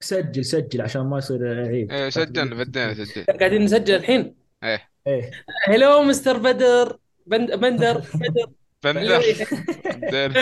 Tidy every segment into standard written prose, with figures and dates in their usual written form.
سجل سجل عشان ما يصير عيد. ايه سجلنا، بدينا سجل. قاعدين نسجل الحين. ايه. ايه. هلو مستر بدر. بندر. بندر. ايوه. بدينا.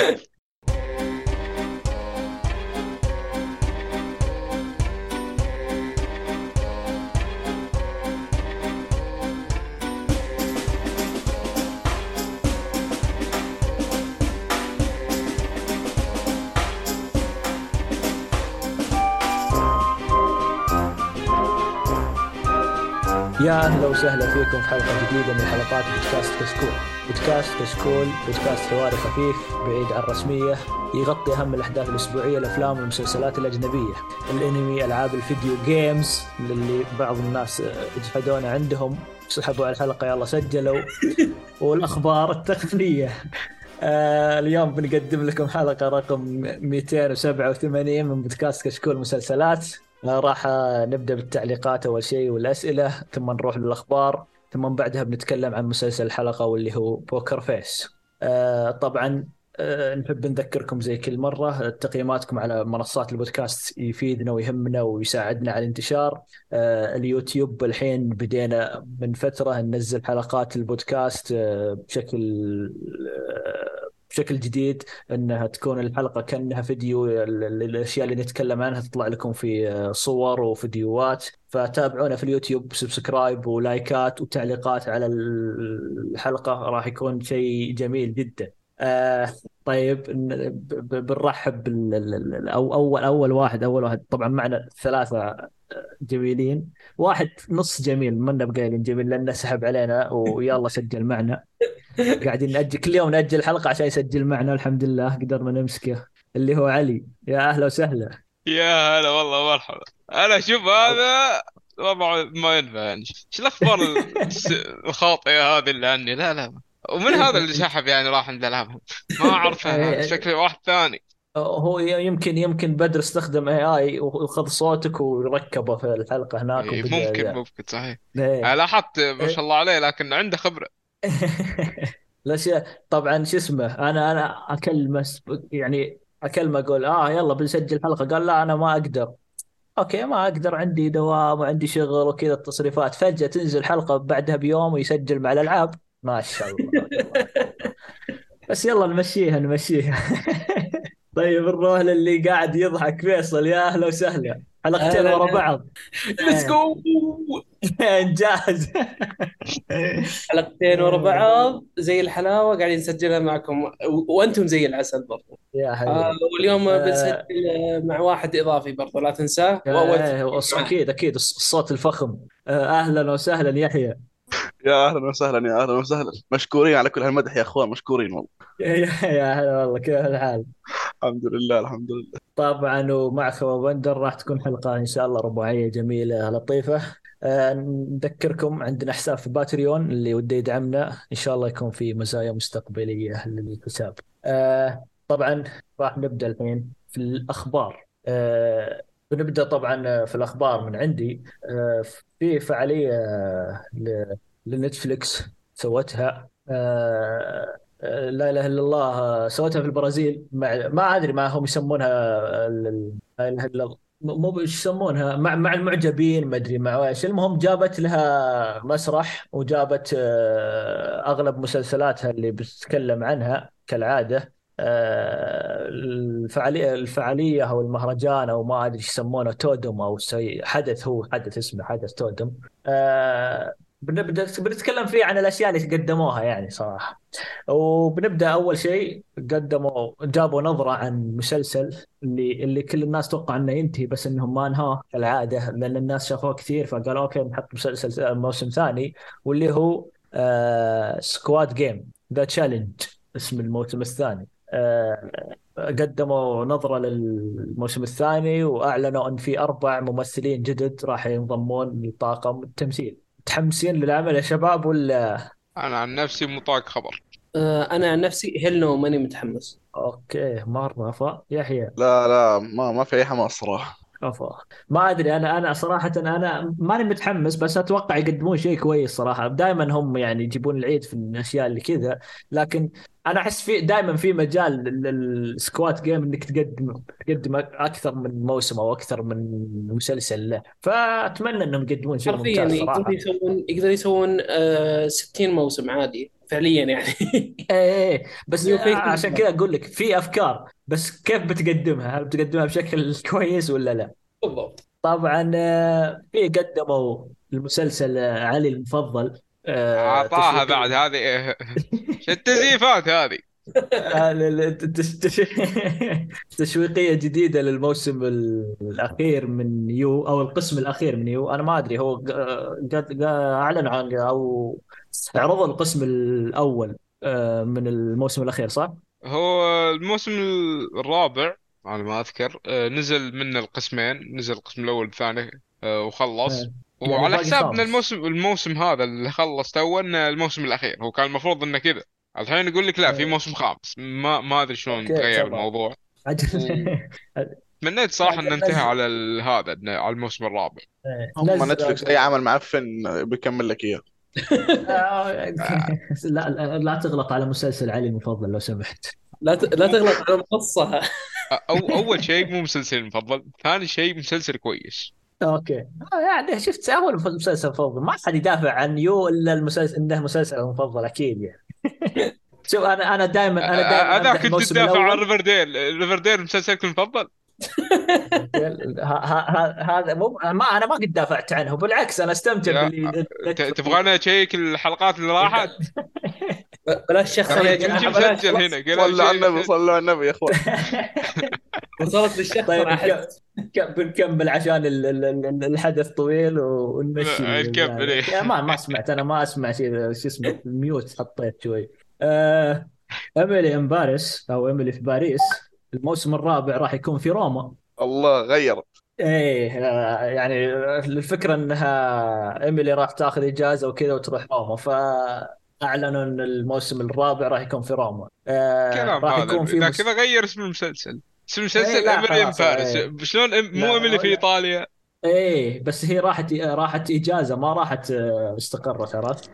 يا اهلا وسهلا فيكم في حلقه جديده من حلقات بودكاست كشكول. بودكاست كشكول بودكاست حواري خفيف بعيد عن الرسميه، يغطي اهم الاحداث الاسبوعيه، الافلام والمسلسلات الاجنبيه، الانمي، العاب الفيديو جيمز اللي بعض الناس اجحدونا عندهم، سحبوا على الحلقه يلا سجلوا، والاخبار التقنيه. اليوم بنقدم لكم حلقة رقم 287 من بودكاست كشكول مسلسلات. راح نبدأ بالتعليقات أول شيء والأسئلة، ثم نروح للأخبار، ثم بعدها بنتكلم عن مسلسل الحلقة واللي هو بوكر فيس. طبعا نحب نذكركم زي كل مرة تقييماتكم على منصات البودكاست يفيدنا ويهمنا ويساعدنا على الانتشار. اليوتيوب الحين بدينا من فترة ننزل حلقات البودكاست بشكل جديد، انها تكون الحلقة كأنها فيديو، الاشياء اللي نتكلم عنها تطلع لكم في صور وفيديوهات. فتابعونا في اليوتيوب، سبسكرايب ولايكات وتعليقات على الحلقة، راح يكون شيء جميل جدا. طيب بنرحب اول واحد طبعا معنا ثلاثة جميلين. واحد نص جميل، منا بقايلين جميل لانه سحب علينا ويلا سجل معنا. قاعدين نأجل كل يوم، نأجل حلقة عشان يسجل معنا، الحمد لله قدرنا نمسكه، اللي هو علي. يا أهلا وسهلا. يا هلا والله، مرحبا. انا شوف هذا وضع ما ينفع يعني. ايش الاخبار الخاطئه هذه اللي عني؟ لا لا. ومن هذا اللي سحب يعني راح عند العابهم؟ ما اعرفه، انا شكله واحد ثاني. هو يمكن بدر استخدم AI وخذ صوتك وركبه في الحلقة هناك إيه، وبدأ ممكن ذا. ممكن صحيح. أنا إيه. لاحظت ما شاء الله عليه، لكن عنده خبرة. الاشياء طبعا شو اسمه، انا اكلمه، يعني اكلمه اقول يلا بنسجل حلقه، قال لا انا ما اقدر. اوكي ما اقدر، عندي دوام وعندي شغل وكذا التصريفات، فجأة تنزل حلقه بعدها بيوم ويسجل مع الالعاب. ما شاء الله تبارك الله. بس يلا نمشيها نمشيها. طيب نروح للي قاعد يضحك، فيصل. يا اهلا وسهلا، حلقتين ورا اهلا. بعض. ليتس جو. انجاز. حلقتين ورا بعض زي الحلاوه قاعدين نسجلها معكم، وانتم زي العسل برضو. يا حبيبي. واليوم بنسجل آه، مع واحد اضافي برضو، لا تنساه، واول معنا. اكيد اكيد الصوت الفخم. اهلا وسهلا يحيى. يا اهلا وسهلا، يا اهلا وسهلا، مشكورين على كل هالمدح يا اخوان، مشكورين والله. يا هلا والله، كيف الحال؟ الحمد لله الحمد لله. طبعا ومع خوا بندر راح تكون حلقة إن شاء الله رباعية جميلة لطيفة. نذكركم عندنا حساب في باتريون، اللي وده يدعمنا إن شاء الله يكون في مزايا مستقبلية للحساب. طبعا راح نبدأ الحين في الأخبار. بنبدأ طبعا في الأخبار من عندي. في فعالية لنتفليكس سوتها. لا اله الا الله. سوتها في البرازيل، ما ادري ما هم يسمونها. لا اله الا الله. مو ايش يسمونها، مع المعجبين، ما ادري مع ايش. المهم جابت لها مسرح، وجابت اغلب مسلسلاتها اللي بتتكلم عنها كالعاده. الفعاليه او المهرجان او ما ادري ايش يسمونه، تودم او حدث، هو حدث اسمه حدث تودم. بنتكلم فيه عن الاشياء اللي قدموها يعني صراحه. وبنبدأ أول شيء، جابوا نظرة عن مسلسل اللي كل الناس توقع انه ينتهي، بس انهم ما انهاه كالعادة، لأن الناس شافوه كثير فقالوا اوكي نحط مسلسل موسم ثاني، واللي هو سكواد جيم ذا تشالنج، اسم الموسم الثاني. قدموا نظرة للموسم الثاني، وأعلنوا أن في 4 ممثلين جدد راح ينضمون لطاقم التمثيل. متحمسين للعمل يا شباب ولا؟ انا عن نفسي مطاق خبر. انا عن نفسي هل نو ماني متحمس. اوكي مرة يحيى. لا لا، ما في اي حماس صراحه. أوفا. ما ادري، انا صراحه انا ماني متحمس، بس اتوقع يقدمون شيء كويس صراحه. دائما هم يعني يجيبون العيد في الاشياء اللي كذا، لكن انا احس في دائما في مجال للسكوات جيم انك تقدم اكثر من موسم او اكثر من مسلسل له، فاتمنى انهم يقدمون شيء حرفيا ممتاز يقدرون صراحه. يسوون 60 موسم عادي فعليا يعني. ايه إيه، بس يو فيك عشان كذا اقول لك في افكار، بس كيف بتقدمها؟ هل بتقدمها بشكل كويس ولا لا؟ بالضبط. طبعا في قدموا المسلسل علي المفضل، اعطاها بعد تشويقية. هذه. شو التزييفات هذه؟ تشويقية جديدة للموسم الأخير من يو، أو القسم الأخير من يو. أنا ما أدري، هو أعلن عن أو عرضوا القسم الأول من الموسم الأخير، صح؟ هو الموسم الرابع على ما اذكر، نزل منه القسمين، نزل القسم الاول والثاني وخلص. يعني وعلى باقي حساب ان خامس. الموسم هذا اللي خلص تو انه الموسم الاخير، هو كان المفروض انه كذا. الحين يقول لك لا، في آه، موسم خامس. ما ادري شلون أوكي تغير تمام. الموضوع. عجل. وتمنيت صراحة انه انتهى نزل. على هذا، على الموسم الرابع. هم نزل. نتفلكس اي عمل معفن بيكمل لك اياه. آه، لا تغلط على مسلسل علي المفضل لو سمحت. لا تغلط على القصه. اول شيء مو مسلسل المفضل، ثاني شيء مسلسل كويس. اوكي. يعني شفت اول مسلسل مفضل، ما حد يدافع عن يو الا المسلسل انه مسلسل مفضل اكيد يعني. شوف، انا دائما امدح هذاك انت الموسم تدافع عن الاول. ريفرديل. ريفرديل مسلسلك المفضل؟ هذا مو ما انا ما قد دافعت عنه، بالعكس انا استمتع يا باللي تبغانا اشيك الحلقات اللي راحت؟ بلاش شخصنه يا نجي جماعه، بلاش مسجل خلاص. هنا قال صلوا على شيء النبي، مسجل. صلوا على النبي يا اخوان. وصلت للشخصنه طيب احس. بنكمل عشان الحدث طويل ونمشي نكمل إيه. ما سمعت، انا ما اسمع شيء، شو اسمه الميوت حطيت شوي. ايميلي ان باريس او ايميلي في باريس، الموسم الرابع راح يكون في روما. الله غير. ايه يعني الفكره انها ايميلي راح تاخذ اجازه وكذا وتروح روما، فاعلنوا ان الموسم الرابع راح يكون في روما. كلام راح هذا، يكون في اذا كذا غير اسم المسلسل. اسم ايه المسلسل لا ايميلي ان خلاص باريس. ايه. شلون مو ايميلي في لا ايطاليا؟ ايه، بس هي راحت اجازه، ما راحت استقرت، عرفت.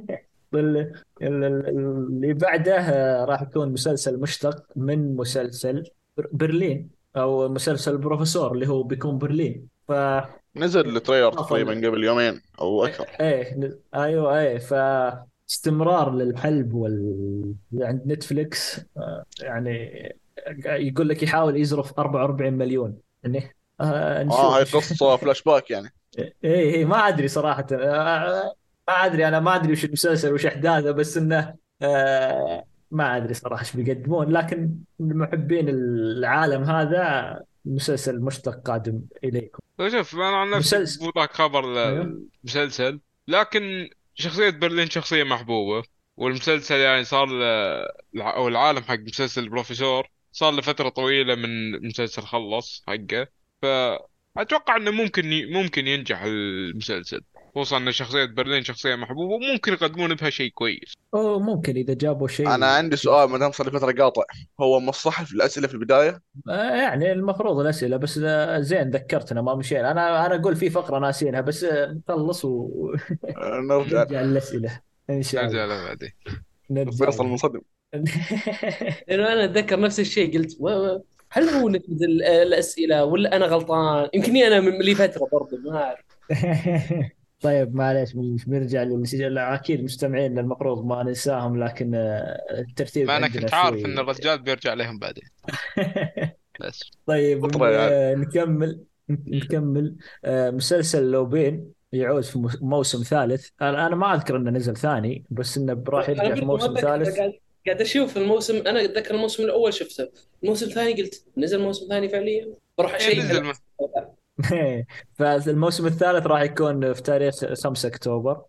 اللي بعده راح يكون مسلسل مشتق من مسلسل برلين، او مسلسل البروفيسور اللي هو بيكون برلين. ف نزل التريلر تقريبا حصل. قبل يومين او اكثر. ايه ايوه ايه، فاستمرار للحلب عند نتفليكس يعني يقول لك يحاول يزرف 44 مليون يعني. اه هاي نشوف. قصة فلاش باك يعني. ايه ما ادري صراحه، ما ادري، انا ما ادري وش المسلسل وش احداثه، بس انه ما ادري صراحه ايش بيقدمون، لكن محبين العالم هذا مسلسل مشتق قادم اليكم. شوف انا عن نفسي مسلسل. مو ذاك خبر ايوه. المسلسل، لكن شخصية برلين شخصية محبوبة. والمسلسل يعني صار او العالم حق مسلسل البروفيسور صار له فترة طويلة من مسلسل خلص حقه. فأتوقع انه ممكن ينجح المسلسل، خصوصا ان شخصية برلين شخصية محبوبة، وممكن يقدمون بها شيء كويس. أو ممكن اذا جابوا انا شيء عندي سؤال، كويس. ما دام صار لي فترة قاطع، هو مصح في الاسئلة في البداية؟ يعني المفروض الاسئله، بس زين ذكرتنا ما مشينا. انا اقول في فقره ناسينها، بس نخلص نرجع. ونرجع للاسئله ان شاء نرجع الله. له بعدين. نرجع فيصل لها. منصدم. لانه انا اتذكر نفس الشيء قلت هل هو نفذ الاسئله ولا انا غلطان؟ يمكن انا من لي فتره برضه ما اعرف. طيب معليش، بنرجع لا اكيد مستمعين المفروض ما ننساهم، لكن الترتيب ما انا عندنا كنت عارف ان شوي. الرجال بيرجع لهم بعدين. بس طيب فترة يعني. نكمل. مسلسل لوبين يعود في موسم ثالث. انا ما اذكر انه نزل ثاني، بس انه راح انا يرجع في برضه ما موسم اتذكر، ثالث. قاعد اشوف الموسم. انا اتذكر الموسم الاول شفته، الموسم الثاني قلت نزل موسم ثاني فعليا، بروح يعني اشيك على. نزل فالموسم الثالث راح يكون في تاريخ 5 اكتوبر.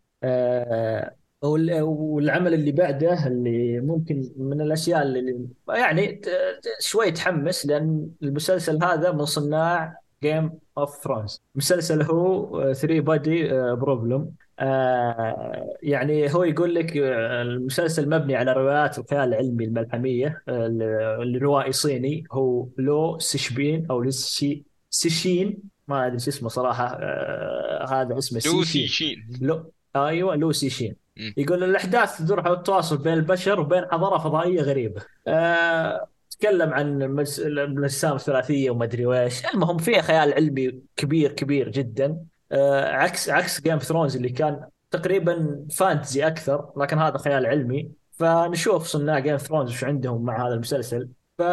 والعمل اللي بعده اللي ممكن من الاشياء اللي يعني شوي تحمس، لان المسلسل هذا من صناع جيم اوف ثرونز. مسلسل هو 3 بادي بروبلم. يعني هو يقول لك المسلسل مبني على روايات الخيال العلمي الملحميه، الروائي صيني هو لو سيشبين او سيشين، ما ادري شو اسمه صراحه، هذا اسمه لوسي سيشين. شين. لو ايوه لو سيشين. مم. يقول الاحداث تدور حول التواصل بين البشر وبين حضاره فضائيه غريبه. تكلم عن الاجسام الثلاثيه وما ادري ويش، المهم فيها خيال علمي كبير كبير جدا. عكس جيم اوف ثرونز اللي كان تقريبا فانتزي اكثر، لكن هذا خيال علمي. فنشوف صناع جيم اوف ثرونز وش عندهم مع هذا المسلسل. ف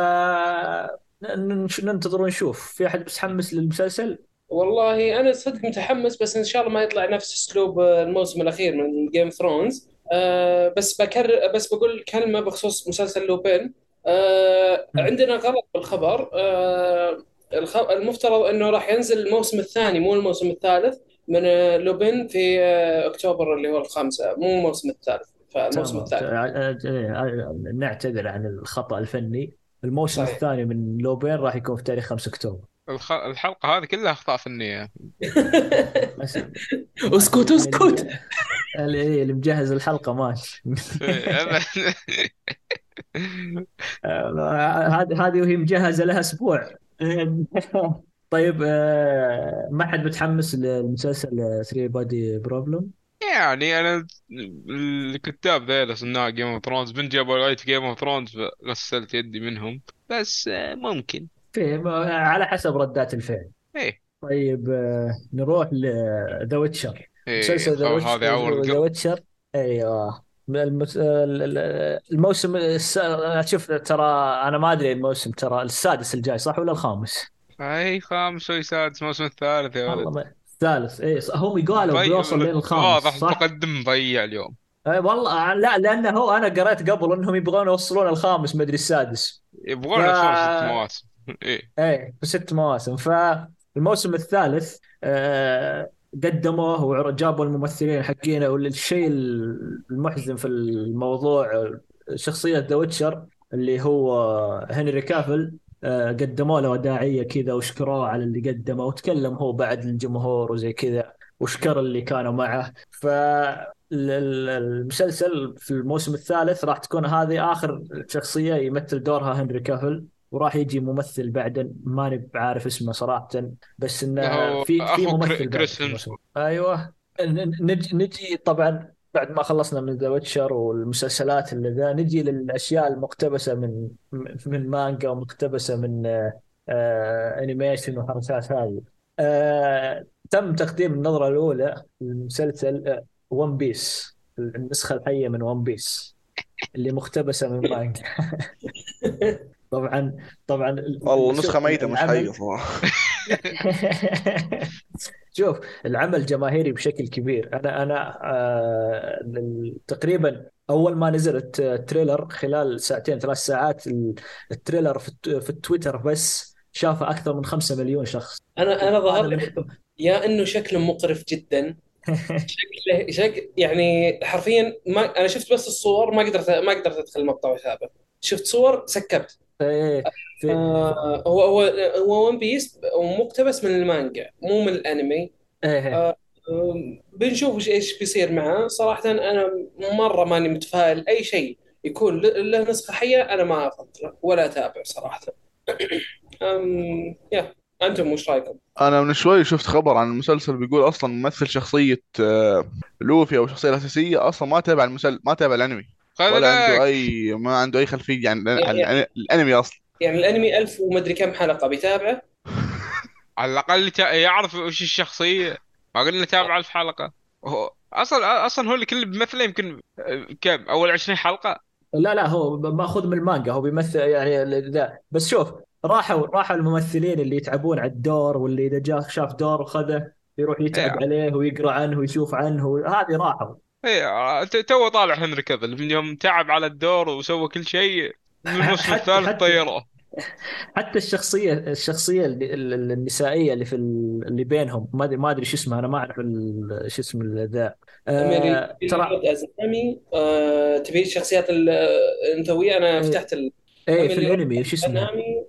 ننتظر ونشوف. في احد متحمس للمسلسل؟ والله انا صدق متحمس، بس ان شاء الله ما يطلع نفس اسلوب الموسم الاخير من جيم ثرونز. بس بقول كلمه بخصوص مسلسل لوبين. مم. عندنا غلط بالخبر. المفترض انه راح ينزل الموسم الثاني مو الموسم الثالث من لوبين في اكتوبر اللي هو الخامسة، مو الموسم الثالث، فالموسم تمام. الثاني. نعتذر عن الخطأ الفني. الموسم صحيح. الثاني من لوبين راح يكون في تاريخ 5 اكتوبر. الحلقة هذه كلها أخطاء فنية. بس اسكت يعني اسكت. اللي مجهز الحلقة ماشي. هذه وهي مجهزة لها اسبوع. طيب، ما حد متحمس للمسلسل 3 بادي بروبلم؟ يعني أنا الكتاب ذيلا صناع جيم اوف ثرونز من جابوا لغاية جيم اوف ثرونز غسلت يدي منهم، بس ممكن. في على حسب ردات الفعل. ايه. طيب، نروح لذا ويتشر. ايه مسلسل هذه عور ذا القلب. ويتشر. ايوه. الموسم شوف ترى، انا ما ادري الموسم ترى السادس الجاي صح ولا الخامس؟ اي خامس وي سادس، موسم الثالث يا ولد. والله ما الثالث. اي هم قالوا مضيع بيوصل لين ولد. الخامس واضح صح؟ المقدم مضيع اليوم. اي والله لا، لانه هو انا قريت قبل انهم يبغون يوصلون الخامس ما ادري السادس. ف يبغون يوصلون 6 مواسم. ايه. ايه في 6 مواسم. فالموسم الثالث قدموه وجابوا الممثلين حقينه. والشيء المحزن في الموضوع شخصية ذا ويتشر اللي هو هنري كافل. قدموا له وداعية كذا وشكروه على اللي قدمه، وتكلم هو بعد الجمهور وزي كذا، وشكر اللي كانوا معه. فالمسلسل في الموسم الثالث راح تكون هذه آخر شخصية يمثل دورها هنري كافل. وراح يجي ممثل بعد ماني بعارف اسمه صراحة، بس اللي انه هو في اخو ممثل بعد كريس في الموسم. هيمسورث. ايوه. نجي طبعا بعد ما خلصنا من ذا ويتشر والمسلسلات اللي ذا، نجي للاشياء المقتبسة من مانجا ومقتبسة من انيميشن وحركات هذه. تم تقديم النظرة الأولى للمسلسل ون بيس، النسخة الحية من ون بيس اللي مقتبسة من مانجا. طبعا. طبعا والله شوف نسخة ميتة مش حية العمل. صراحة. شوف العمل جماهيري بشكل كبير. انا تقريبا اول ما نزل التريلر خلال ساعتين 3 ساعات، التريلر في التويتر بس شافه اكثر من 5 مليون شخص. انا ظهر وهذا لي من يا انه شكله مقرف جدا. يعني حرفيا ما انا شفت بس الصور، ما قدرت ادخل المقطع واتابع. شفت صور سكبت. إيه، في هو ون بيس مقتبس من المانجا مو من الانمي. إيه. آه، بنشوف ايش بيصير معاه. صراحة انا مرة ماني متفائل اي شيء يكون له نسخة حية. انا ما افضله ولا اتابع صراحة. يا انتم وش رايكم؟ انا من شوي شفت خبر عن المسلسل بيقول اصلا ممثل شخصية لوفي او الشخصية الاساسية اصلا ما تابع المسلسل، ما تابع الانمي، ولا عنده خذلك. اي ما عنده اي خلفية عن يعني الانمي اصلا. الانمي 1000 ومدري كم حلقة بيتابعه. على الاقل يعرف وش الشخصيه. ما قلنا تابع 1000 حلقه. هو اصلا هو اللي كل بيمثله يمكن كم اول 20 حلقه. لا هو ماخذ من المانجا، هو بيمثل يعني ذا. بس شوف، راحوا الممثلين اللي يتعبون على الدور، واللي اذا جاء شاف دور وخذه يروح يتعب ايه. عليه ويقرا عنه ويشوف عنه، هذه راحوا. ايه تو طالع هنري كافيل من يوم تعب على الدور وسوى كل شيء، من الموسم حتى الثالث طيروه. حتى الشخصيه النسائيه اللي اللي بينهم، ما ادري شو اسمها، انا ما اعرف شو اسم ذا. ميري ترى. أزنامي. تبي الشخصيات الأنثوية. أنا فتحت ايه في أميلي الانمي شو اسمها؟ أزنامي.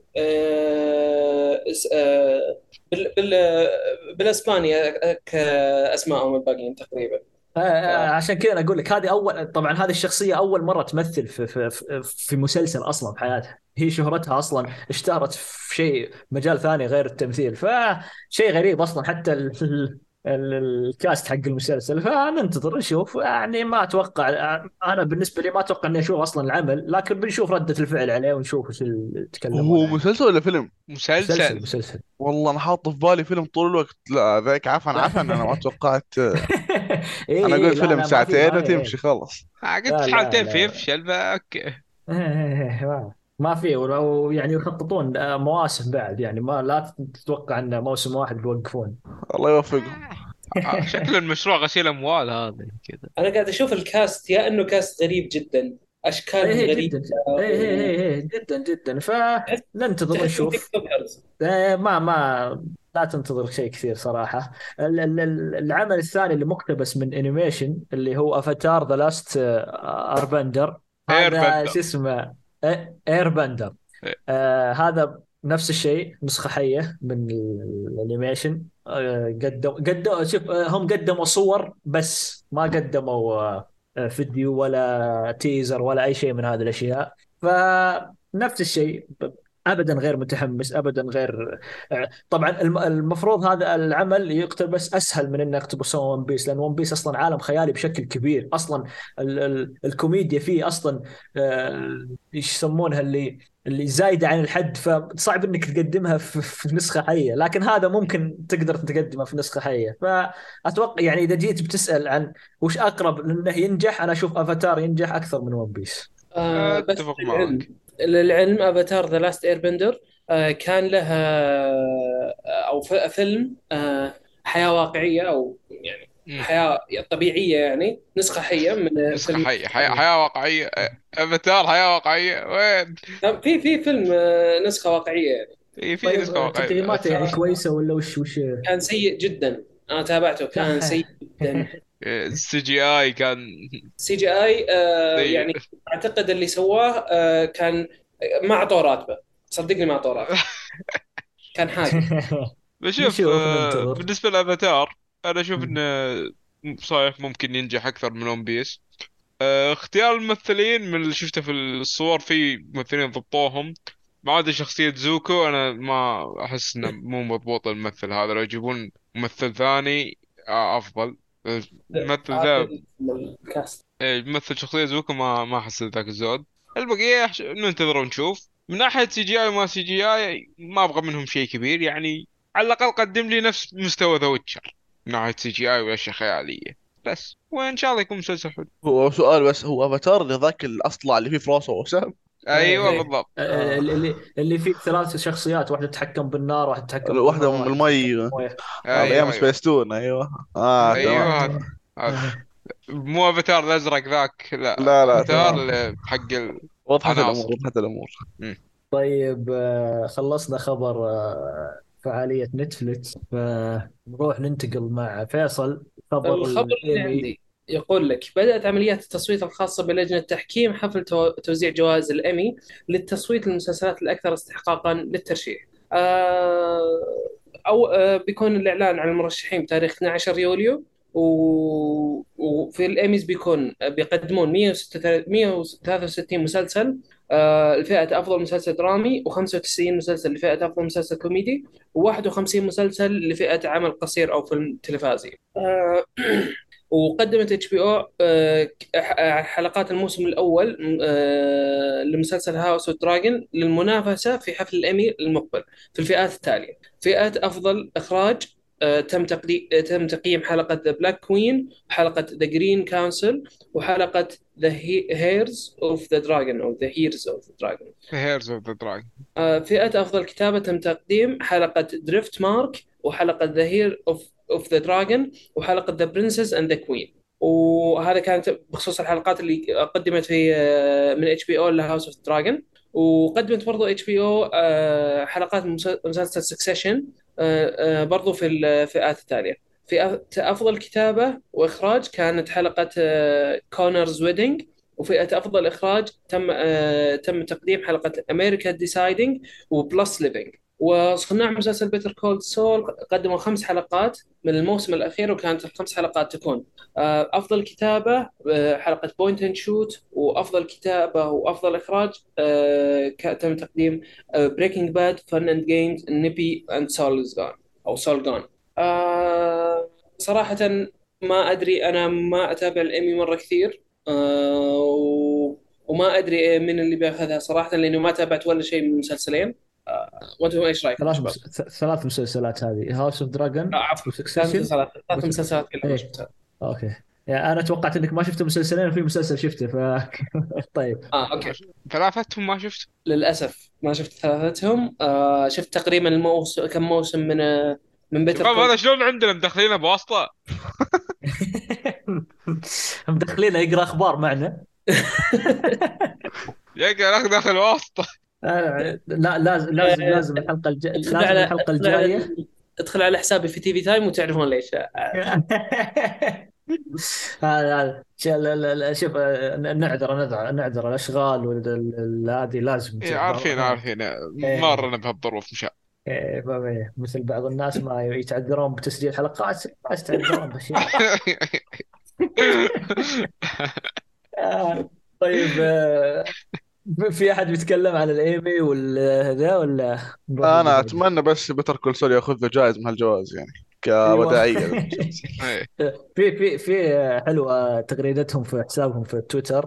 بال بالاسباني كاسمائهم الباقيين تقريبا. عشان كذا أنا اقول لك هذه اول، طبعا هذه الشخصيه اول مره تمثل في مسلسل اصلا في حياتها. هي شهرتها اصلا اشتهرت في شيء مجال ثاني غير التمثيل، فشيء غريب اصلا. حتى الكاست حق المسلسل، فننتظر نشوف. يعني ما اتوقع، انا بالنسبه لي ما اتوقع اني اشوف اصلا العمل، لكن بنشوف رده الفعل عليه ونشوف ايش اللي يتكلمون هو عنه. مسلسل ولا فيلم؟ مسلسل مسلسل. مسلسل. والله انا حاطه في بالي فيلم طول الوقت. لا ذاك عفوا عفوا، انا ما توقعت. اي انا اي، قلت لا فيلم لا ما في، ساعتين ما هي. وتمشي خلص. قلت لا لا حالتين في لا. يفشل اوكي. ما في، ولو يعني يخططون مواسم بعد، يعني ما لا تتوقع ان موسم واحد بيوقفون. الله يوفقهم. شكل المشروع غسيل اموال هذا كذا. انا قاعد اشوف الكاست، يا انه كاست غريب جدا، اشكالهم ايه غريبه، جدا. ايه جدا جدا، تحس فننتظر تحسهم تيك نشوف. توكرز. ما لا تنتظر شيء كثير صراحة. العمل الثاني اللي مقتبس من انيميشن اللي هو افاتار ذا لاست اربندر. اير هذا بندر. شو اسمه؟ اير بندر. هذا نفس الشيء، نسخة حية من الانيميشن. قدموا شوف، هم قدموا صور بس ما قدموا فيديو ولا تيزر ولا أي شيء من هذه الأشياء. فنفس الشيء، ابدا غير متحمس، ابدا غير. طبعا المفروض هذا العمل يقتبس اسهل من انه يقتبسون ون بيس، لان ون بيس اصلا عالم خيالي بشكل كبير اصلا. الكوميديا فيه اصلا ايش يسمونها، اللي زايده عن الحد، فصعب انك تقدمها في نسخه حيه. لكن هذا ممكن تقدر تقدمها في نسخه حيه. فاتوقع يعني اذا جيت بتسال عن وش اقرب انه ينجح، انا اشوف افاتار ينجح اكثر من ون بيس. بس اتفق معك. للعلم افاتار ذا لاست اير بندر كان لها فيلم حياه واقعيه، او يعني مم. حياه طبيعيه، يعني نسخه حيه من نسخة فيلم. حية، حياة واقعية. افاتار حياة واقعية وين؟ في فيلم نسخه واقعيه يعني. في نسخة طيب واقعية تقييماته يعني كويسه ولا وش؟ كان سيء جدا، انا تابعته كان سيء جدا. السي جي اي كان سي جي اي سيء. يعني اعتقد اللي سواه كان ما اعطوه راتبه، صدقني ما اعطوه راتبه، كان حاقد. بشوف نشوف ننتظر. بالنسبة للافاتار انا اشوف انه صحيح ممكن ينجح اكثر من ون بيس. اختيار الممثلين من اللي شفته في الصور، في ممثلين ضبطوهم. ما عدا شخصية زوكو، أنا ما أحس إنه مو مضبوط الممثل هذا. لو يجيبون ممثل ثاني أفضل. الممثل ذا عادل الكاست. يمثل شخصية زوكو، ما أحس ذاك الزود. البقية ننتظر ونشوف. من ناحية سي جي آي وما سي جي آي ما أبغى منهم شيء كبير يعني. على الأقل قدم لي نفس مستوى ذا ويتشر من ناحية سي جي آي وأشياء خيالية بس، وإن شاء الله يكون مسلسل حلو. هو سؤال بس، هو افاتار اللي ذاك الاصلع اللي فيه في راسه وسام؟ أيوة ايه بالضبط. اللي فيه ثلاث شخصيات، واحدة تتحكم بالنار، واحدة تتحكم واحدة بالماء، من واحدة تتحكم المي. بالمويه. هذا ايام أيوة أيوة. سبيستون. ايوه تمام. ايوه هذا مو افاتار الازرق ذاك، لا لا لا افاتار تمام. حق وضحت الامور العناصر. وضحت الامور. مم. طيب خلصنا خبر فعالية نتفليكس، فنروح ننتقل مع فيصل خبر الخبر اللي الإيمي. عندي يقول لك: بدأت عمليات التصويت الخاصة بلجنة تحكيم حفل توزيع جوائز الإيمي للتصويت للمسلسلات الأكثر استحقاقا للترشيح. أو بيكون الإعلان عن المرشحين بتاريخ 12 يوليو. وفي الإيميز بيقدمون 163 مسلسل لفئة أفضل مسلسل درامي، و95 مسلسل لفئة أفضل مسلسل كوميدي، و51 مسلسل لفئة عمل قصير أو فيلم تلفزي. وقدمت اتش بي او حلقات الموسم الاول لمسلسل هاوس اوف دراجون للمنافسه في حفل الايمي المقبل في الفئات التاليه: فئه افضل اخراج، تم تقييم حلقه ذا بلاك كوين، وحلقه ذا جرين كونسل، وحلقه ذا هيرز اوف ذا دراجون او ذا هيرز اوف ذا دراجون. هيرز اوف ذا دراجون. فئة أفضل كتابة تم تقديم حلقة دريفت مارك، وحلقة ذا هير أوف ذا دراجون، وحلقة ذا برنسس أند ذا كوين. وهذا كانت بخصوص الحلقات اللي قدمت في من اتش بي او لهاوس اوف دراجون. وقدمت برضو اتش بي او حلقات من مسلسل سكسيشن برضو في الفئات التالية. في أفضل كتابة وإخراج كانت حلقة كونرز ويدنج. وفئة أفضل إخراج تم تقديم حلقة أمريكا ديسايدنج وبلس ليفينج. وصناع مسلسل بيتر كولد سول قدموا 5 حلقات من الموسم الأخير، وكانت ال5 حلقات تكون أفضل كتابة حلقة بوينت اند شوت، وأفضل كتابة وأفضل إخراج تم تقديم بريكنج باد، فن اند جيمز، نيبي اند سولز جون أو سول جون. صراحة ما أدري، أنا ما أتابع الأنمي مرة كثير، وما أدري من اللي بياخذها صراحة، لأنه ما تابعت ولا شيء من المسلسلين. وأنتم إيش رأيكم يا شباب؟ 3 مسلسلات هذه: هاوس اوف دراجون عفوا، ثلاث وسكسيشن. مسلسلات 3 مسلسلات كلها ما ايه، شفتها. اوكي. يعني انا توقعت انك ما شفت مسلسلين وفي مسلسل شفته طيب. أوكي. ثلاثتهم ما شفت. للأسف ما شفت ثلاثتهم. شفت تقريبا كم موسم من بيتر شباب كول. هذا شلون عندنا مدخلينه بواسطة؟ مدخلينه يقرا اخبار معنا. يا اخي داخل واسطة. لا، لازم ادخل لازم على الحلقه ادخل على الجايه. ادخل على حسابي في تي في تايم وتعرفون ليش. هذا شوف، نعذر الاشغال هذه لازم إيه عارفين عارفين. إيه، مرنا بهالظروف مشان. مثل بعض الناس ما يتعذرون بتسجيل حلقات، ما يتعذرون باشياء. طيب، في احد بيتكلم عن الايمي والذا ولا نروح للي انا بعده؟ اتمنى بس بيتر كول سول ياخذ له جائزة من هالجوائز يعني ايوه. كوداعية للمسلسل. إيه. في حلوه تغريدتهم في حسابهم في تويتر.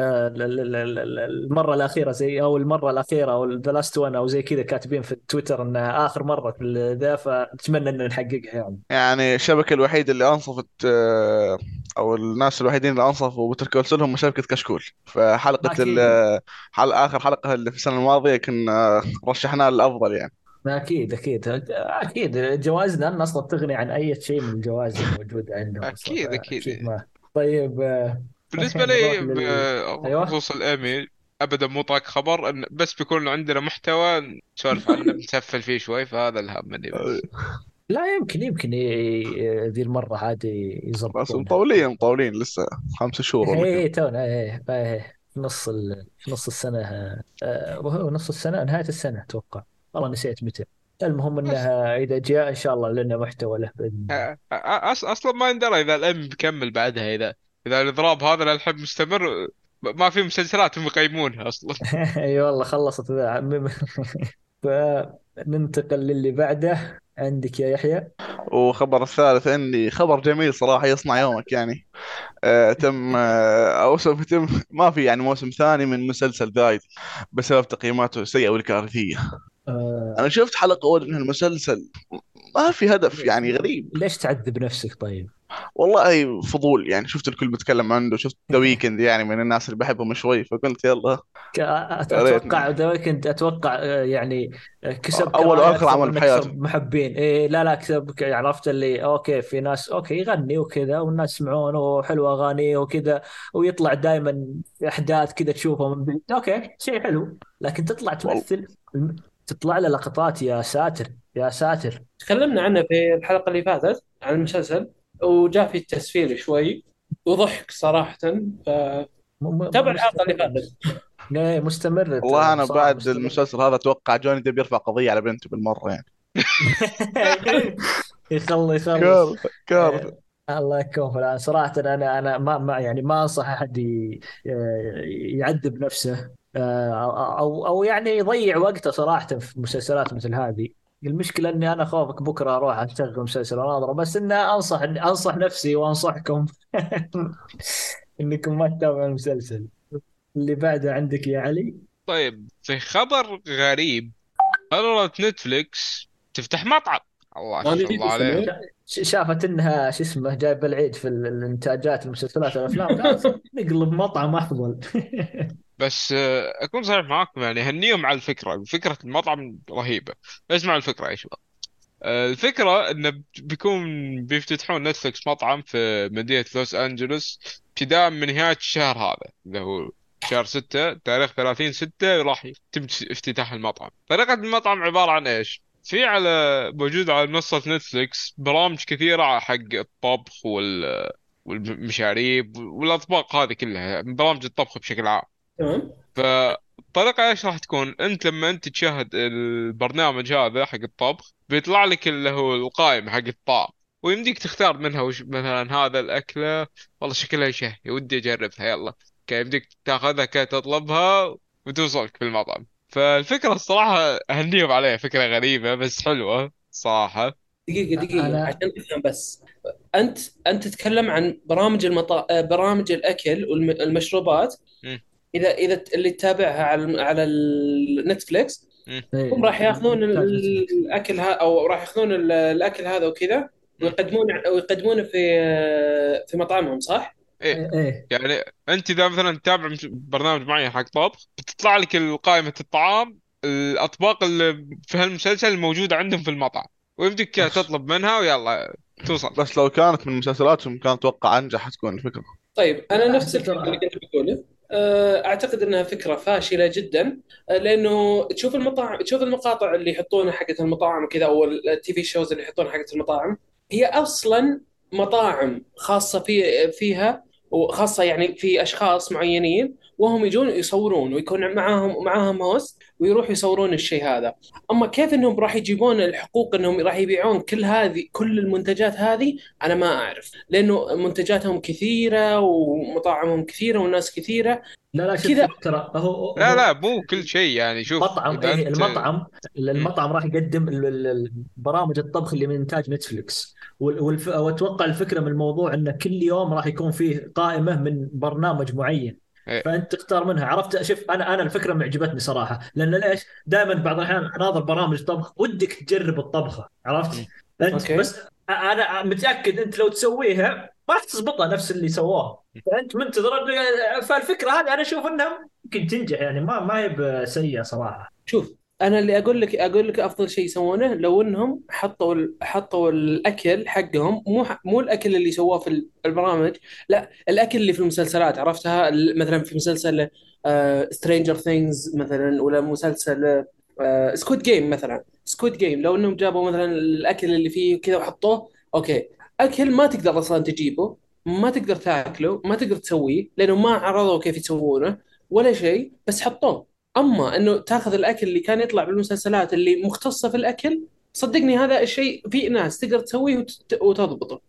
المره الاخيره او المره الاخيره او ذا لاست وان او زي كذا، كاتبين في تويتر ان اخر مره في ذا، فنتمنى ان نحققها يعني. يعني الشبكة الوحيدة اللي أنصفت أو الناس الوحيدين اللي أنصفوا بيتر كول سول هم شبكة كشكول. فحلقة ما اكيد. آخر حلقة اللي في السنة الماضية كنا رشحناها للأفضل يعني. ما اكيد جوائزنا لنا اصلا تغني عن اي شيء من الجوائز الموجوده عندهم اصلا، اكيد فاكيد اكيد. ما. طيب. بالنسبة نروح لي ايوه. بخصوص الانمي، ابدا مو طاق خبر ان بس بيكون عندنا محتوى نسولف عنه نسفل فيه شوي، فهذا الهم مني بس. لا، يمكن ذي المره هذه بس يزبطونها. مطولين لسه 5 شهور ولا كم. تونا في في نص السنة. وهو نص السنة، نهاية السنة أتوقع. والله نسيت متى. المهم بس انها اذا جاء ان شاء الله لنا محتوى له باذن الله. اصلا ما يندرى اذا الانمي بيكمل بعدها، اذا الاضراب هذا للحين مستمر، ما في مسلسلات هم يقيمونها اصلا. اي والله خلصت ذا. فننتقل للي بعده عندك يا يحيى. وخبر الثالث عندي خبر جميل صراحة يصنع يومك يعني. تم أو سوف يتم ما في يعني موسم ثاني من مسلسل ذايد بسبب تقييماته السيئة والكارثية. آه أنا شفت حلقة أول من المسلسل، ما في هدف يعني غريب. ليش تعذب نفسك طيب؟ والله فضول يعني، شفت الكل بيتكلم عنه، شفت ذا ويكند يعني من الناس اللي بحبهم شوي، فقلت يلا يا اتوقع ريتني. ذا ويكند، اتوقع يعني كسب أول كراهية وآخر اكثر عمل من بحياته. كسب محبين. لا لا، كسب عرفت اللي اوكي، في ناس اوكي يغني وكذا والناس يسمعونه وحلو اغانيه وكذا، ويطلع دائما في احداث كذا تشوفها من بعيد، اوكي شيء حلو. لكن تطلع والله تمثل، تطلع له لقطات، يا ساتر يا ساتر. تكلمنا عنه في الحلقة اللي فاتت عن المسلسل، وجاء في التسفير شوي وضحك صراحة. تابع الحلقة اللي مستمر. فاتت. مستمر. والله أنا بصراحة بعد مستمر. المسلسل هذا أتوقع جوني ديب يرفع قضية على بنته بالمرة يعني. يخلص. كارثة. الله يكون في العون. صراحة أنا ما يعني ما أنصح أحد يعذب نفسه، أو يعني يضيع وقته صراحة في مسلسلات مثل هذه. المشكلة إني أنا خوفك بكرة أروح أشغل مسلسل وأناظره، بس إن أنصح نفسي وأنصحكم إنكم ما تتابعوا المسلسل. اللي بعده عندك يا علي. طيب في خبر غريب، قررت نتفليكس تفتح مطعم. الله ما ما شاء الله نسيت عليه. سمير. شافت انها شو اسمه جايب العيد في الانتاجات، المسلسلات والافلام، قالت نقلب مطعم افضل. بس اكون صريح معاكم، يعني هنيهم على الفكره، فكره المطعم رهيبه. اسمعوا الفكره يا شباب. الفكره انه بيكون بيفتتحون نتفلكس مطعم في مدينه لوس انجلوس ابتداء من نهايه الشهر هذا اللي هو شهر 6، تاريخ 30/6 راح يتم افتتاح المطعم. طريقة المطعم عبارة عن ايش؟ في موجود على منصة نتفلكس برامج كثيرة حق الطبخ والمشاريب والأطباق، هذه كلها برامج الطبخ بشكل عام. تمام. فالطريقة ايش راح تكون؟ انت لما انت تشاهد البرنامج هذا حق الطبخ بيطلع لك اللي هو القائمة حق الطعم، ويمديك تختار منها وش مثلا هذا الأكلة والله شكلها شهي ودي أجربها، يلا يمديك تاخذها كي تطلبها وتوصلك في المطعم. فالفكرة الصراحة أهنيهم عليها، فكرة غريبة بس حلوة صراحة. دقيقة انا عشان تفهم بس. انت تتكلم عن برامج الاكل والمشروبات. مم. اذا اللي تتابعها على النتفليكس، مم. هم راح ياخذون انتاج نتفلكس. الاكل او راح ياخذون الاكل هذا وكذا، مم. ويقدمونه في مطعمهم، صح؟ إيه. ايه يعني أنت إذا مثلا تتابع برنامج معين حق طبخ بتطلع لك قائمة الطعام، الأطباق اللي في هالمسلسل الموجودة عندهم في المطعم، ويمديك تطلب منها ويلا توصل. بس لو كانت من مسلسلاتهم كان اتوقع انجح تكون الفكره. طيب، انا لا نفس احس الكلام اللي ترى. كنت بقوله. اعتقد انها فكره فاشله جدا. لانه تشوف المطاعم، تشوف المقاطع اللي يحطونها حقت المطاعم وكذا، او التي في شوز اللي يحطونها حقت المطاعم، هي اصلا مطاعم خاصه فيها، وخاصه يعني في اشخاص معينين، وهم يجون يصورون ويكون معاهم هوست ويروحوا يصورون الشيء هذا. اما كيف انهم راح يجيبون الحقوق انهم راح يبيعون كل المنتجات هذه؟ انا ما اعرف، لانه منتجاتهم كثيره ومطاعمهم كثيره والناس كثيره لا لا، شوف كذا. شوف ترى لا هو لا مو كل شيء يعني، شوف مطعم، إذا ايه أنت. المطعم. مم. المطعم راح يقدم برامج الطبخ اللي من انتاج نتفلكس، واتوقع الفكره من الموضوع انه كل يوم راح يكون فيه قائمه من برنامج معين، إيه. فانت تختار منها. عرفت؟ شوف انا الفكره معجبتني صراحه، لان ليش دائما بعض الاحيان اناظر برامج طبخ ودك تجرب الطبخه، عرفت؟ مم. انت اوكي. بس انا متاكد انت لو تسويها ما راح تزبطها نفس اللي سووه، فانت منتظر. فالفكره هذه انا اشوف انها ممكن تنجح يعني، ما هي بسيئه صراحه. شوف، انا اللي اقول لك افضل شيء يسوونه لو انهم حطوا الاكل حقهم، مو الاكل اللي سووه في البرامج، لا الاكل اللي في المسلسلات، عرفتها؟ مثلا في مسلسل سترينجر ثينجز مثلا، ولا مسلسل سكوت جيم مثلا. سكوت جيم لو انهم جابوا مثلا الاكل اللي فيه كذا وحطوه، اوكي، اكل ما تقدر اصلا تجيبه، ما تقدر تاكله، ما تقدر تسويه، لانه ما عرضوا كيف يسوونه ولا شيء، بس حطوه. اما انه تاخذ الاكل اللي كان يطلع بالمسلسلات اللي مختصه في الاكل، صدقني هذا الشيء في ناس تقدر تسويه وتضبطه.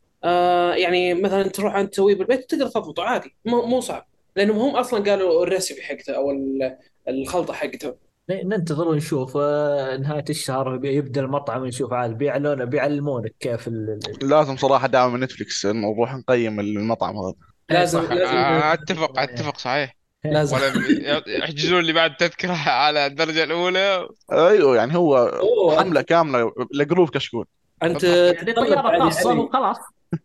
يعني مثلا تروح انت تسويه بالبيت وتقدر تضبطه عادي، مو صعب، لانهم هم اصلا قالوا الريسبي حقته او الخلطه حقته. ننتظر ونشوف نهاية الشهر يبدأ المطعم، نشوف عاد بيعلمونك كيف لازم صراحه دعم من نتفلكس نروح نقيم المطعم هذا. ايه لازم صح. لازم اتفق صحيح. لازم. ولا يحجزون لي بعد تذكرة على الدرجة الأولى. ايوه يعني هو اوه، حمله كامله لجروب كشكول. انت بالضبط. يعني تتطلب طيارة بعد يا خاصة علي. وخلاص.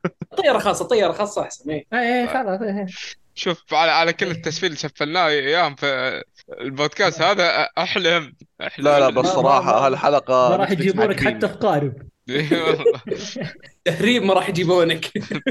طياره خاصه احسن، ايه. ايه خلاص ايه. شوف على كل التسفيل اللي سفلناه اياهم في البودكاست هذا، لا لا احلم. بس ما ما صراحه ما هالحلقه ما راح نتفلكس يجيبونك معجبيني. حتى في قارب. تهريب ما راح يجيبونك.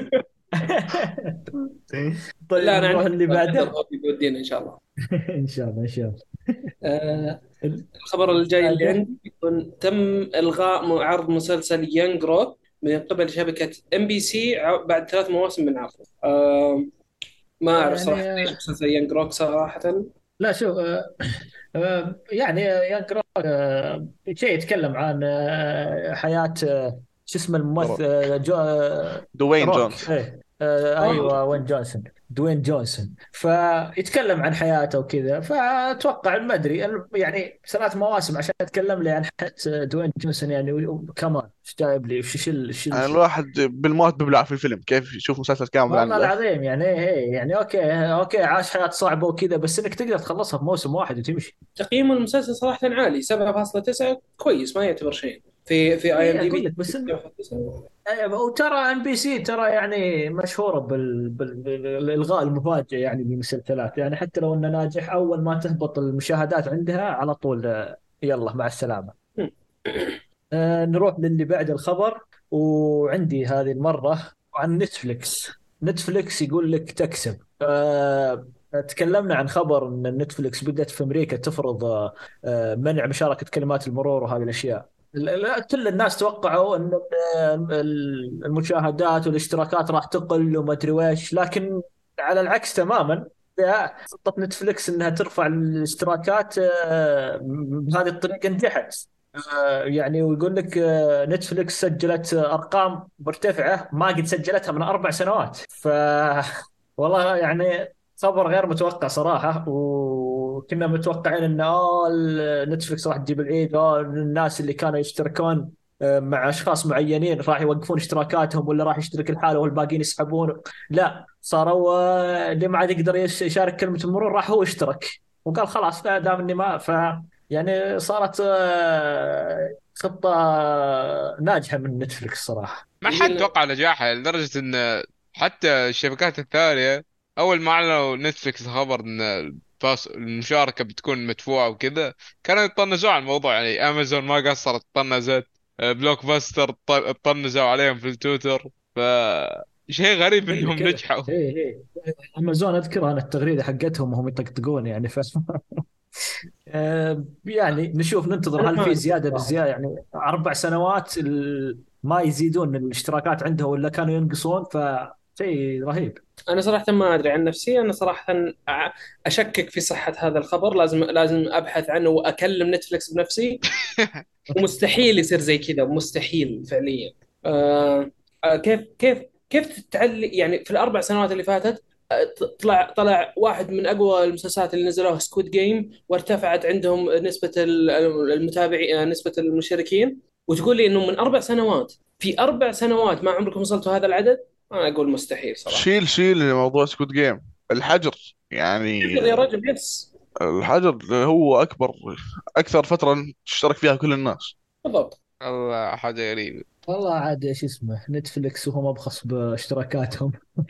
لا، طيب انا نروح عندي اللي بعده. خبر بيودينا ان شاء الله. ان شاء الله ان شاء الله. الخبر الجاي اللي بعده. عندي يكون تم إلغاء عرض مسلسل يانج رو من قبل شبكة ام بي سي بعد 3 مواسم من عرضه. ما أعرف يعني صراحة ليش مسلسل يانج روك صراحة. لا شوف يعني يقرأ شيء يتكلم عن حياة شو اسمه الممثل دوين روك، جونز. ايه آه. ايوه وين جونسون، دوين جونسون. فيتكلم عن حياته وكذا، فاتوقع ما ادري يعني 3 مواسم عشان اتكلم لي عن حياة دوين جونسون يعني، كمان ايش جايب لي يعني الواحد بالموت بيبلع في الفيلم، كيف يشوف مسلسل كامل والله عنه. العظيم يعني ايه يعني اوكي عاش حياة صعبة وكذا، بس انك تقدر تخلصها في موسم واحد وتمشي. تقييم المسلسل صراحة عالي، 7.9، كويس، ما يعتبر شيء في اي ام ايه دي اقول بي. لك بس وترى ام بي سي ترى يعني مشهوره بالالغاء المفاجئ يعني بالمسلسلات، يعني حتى لو انه ناجح اول ما تهبط المشاهدات عندها على طول يلا مع السلامه. نروح للي بعد الخبر، وعندي هذه المره عن نتفليكس. نتفليكس يقول لك تكسب. تكلمنا عن خبر ان نتفليكس بدأت في امريكا تفرض منع مشاركه كلمات المرور وهذه الاشياء. كل الناس توقعوا ان المشاهدات والاشتراكات راح تقل وما ادري ويش، لكن على العكس تماما. خطة نتفليكس انها ترفع الاشتراكات بهذه الطريقة نجحت. يعني ويقول لك نتفليكس سجلت ارقام مرتفعة ما قد سجلتها من 4 سنوات. والله يعني خبر غير متوقع صراحة. وكنا متوقعين ان نتفلكس راح تجيب العيد، الناس اللي كانوا يشتركون مع اشخاص معينين راح يوقفون اشتراكاتهم، ولا راح يشترك الحالة والباقيين يسحبون. لا، صاروا اللي ما عاد يقدر يشارك كلمة المرور راح هو اشترك، وقال خلاص لا دام اني ما يعني صارت خطة ناجحة من نتفلكس صراحة. ما هي حد توقع نجاحها لدرجة ان حتى الشبكات الثانية اول ما اعلنوا نتفلكس خبر ان المشاركة بتكون مدفوعة وكذا، كانوا يطنزوا على الموضوع. يعني امازون ما قصرت، طنزت. بلوك باستر طنزوا عليهم في التويتر. ف شيء غريب هي انهم كذا. نجحوا. هي امازون اذكر انا التغريده حقتهم وهم يطقطقون يعني يعني نشوف ننتظر انا هل ما في ادري زياده صراحه. بالزياده، يعني 4 سنوات ما يزيدون الاشتراكات عندهم ولا كانوا ينقصون، فشيء رهيب. انا صراحه ما ادري عن نفسي، انا صراحه اشكك في صحه هذا الخبر، لازم ابحث عنه واكلم نتفلكس بنفسي. ومستحيل يصير زي كذا، مستحيل فعليا. آه كيف تتعلق يعني في ال4 سنوات اللي فاتت؟ طلع واحد من اقوى المسلسلات اللي نزلوها سكويد جيم، وارتفعت عندهم نسبه المتابعين، نسبه المشتركين. وتقول لي انه من 4 سنوات، في 4 سنوات ما عمركم وصلتوا هذا العدد؟ انا اقول مستحيل صراحه. شيل موضوع سكوت جيم. الحجر يعني. يا رجل يس. الحجر هو اكثر فتره تشترك فيها كل الناس. بالضبط. الله، حاجة غريبة. والله عاد ايش اسمه نتفلكس وهم ابخص باشتراكاتهم.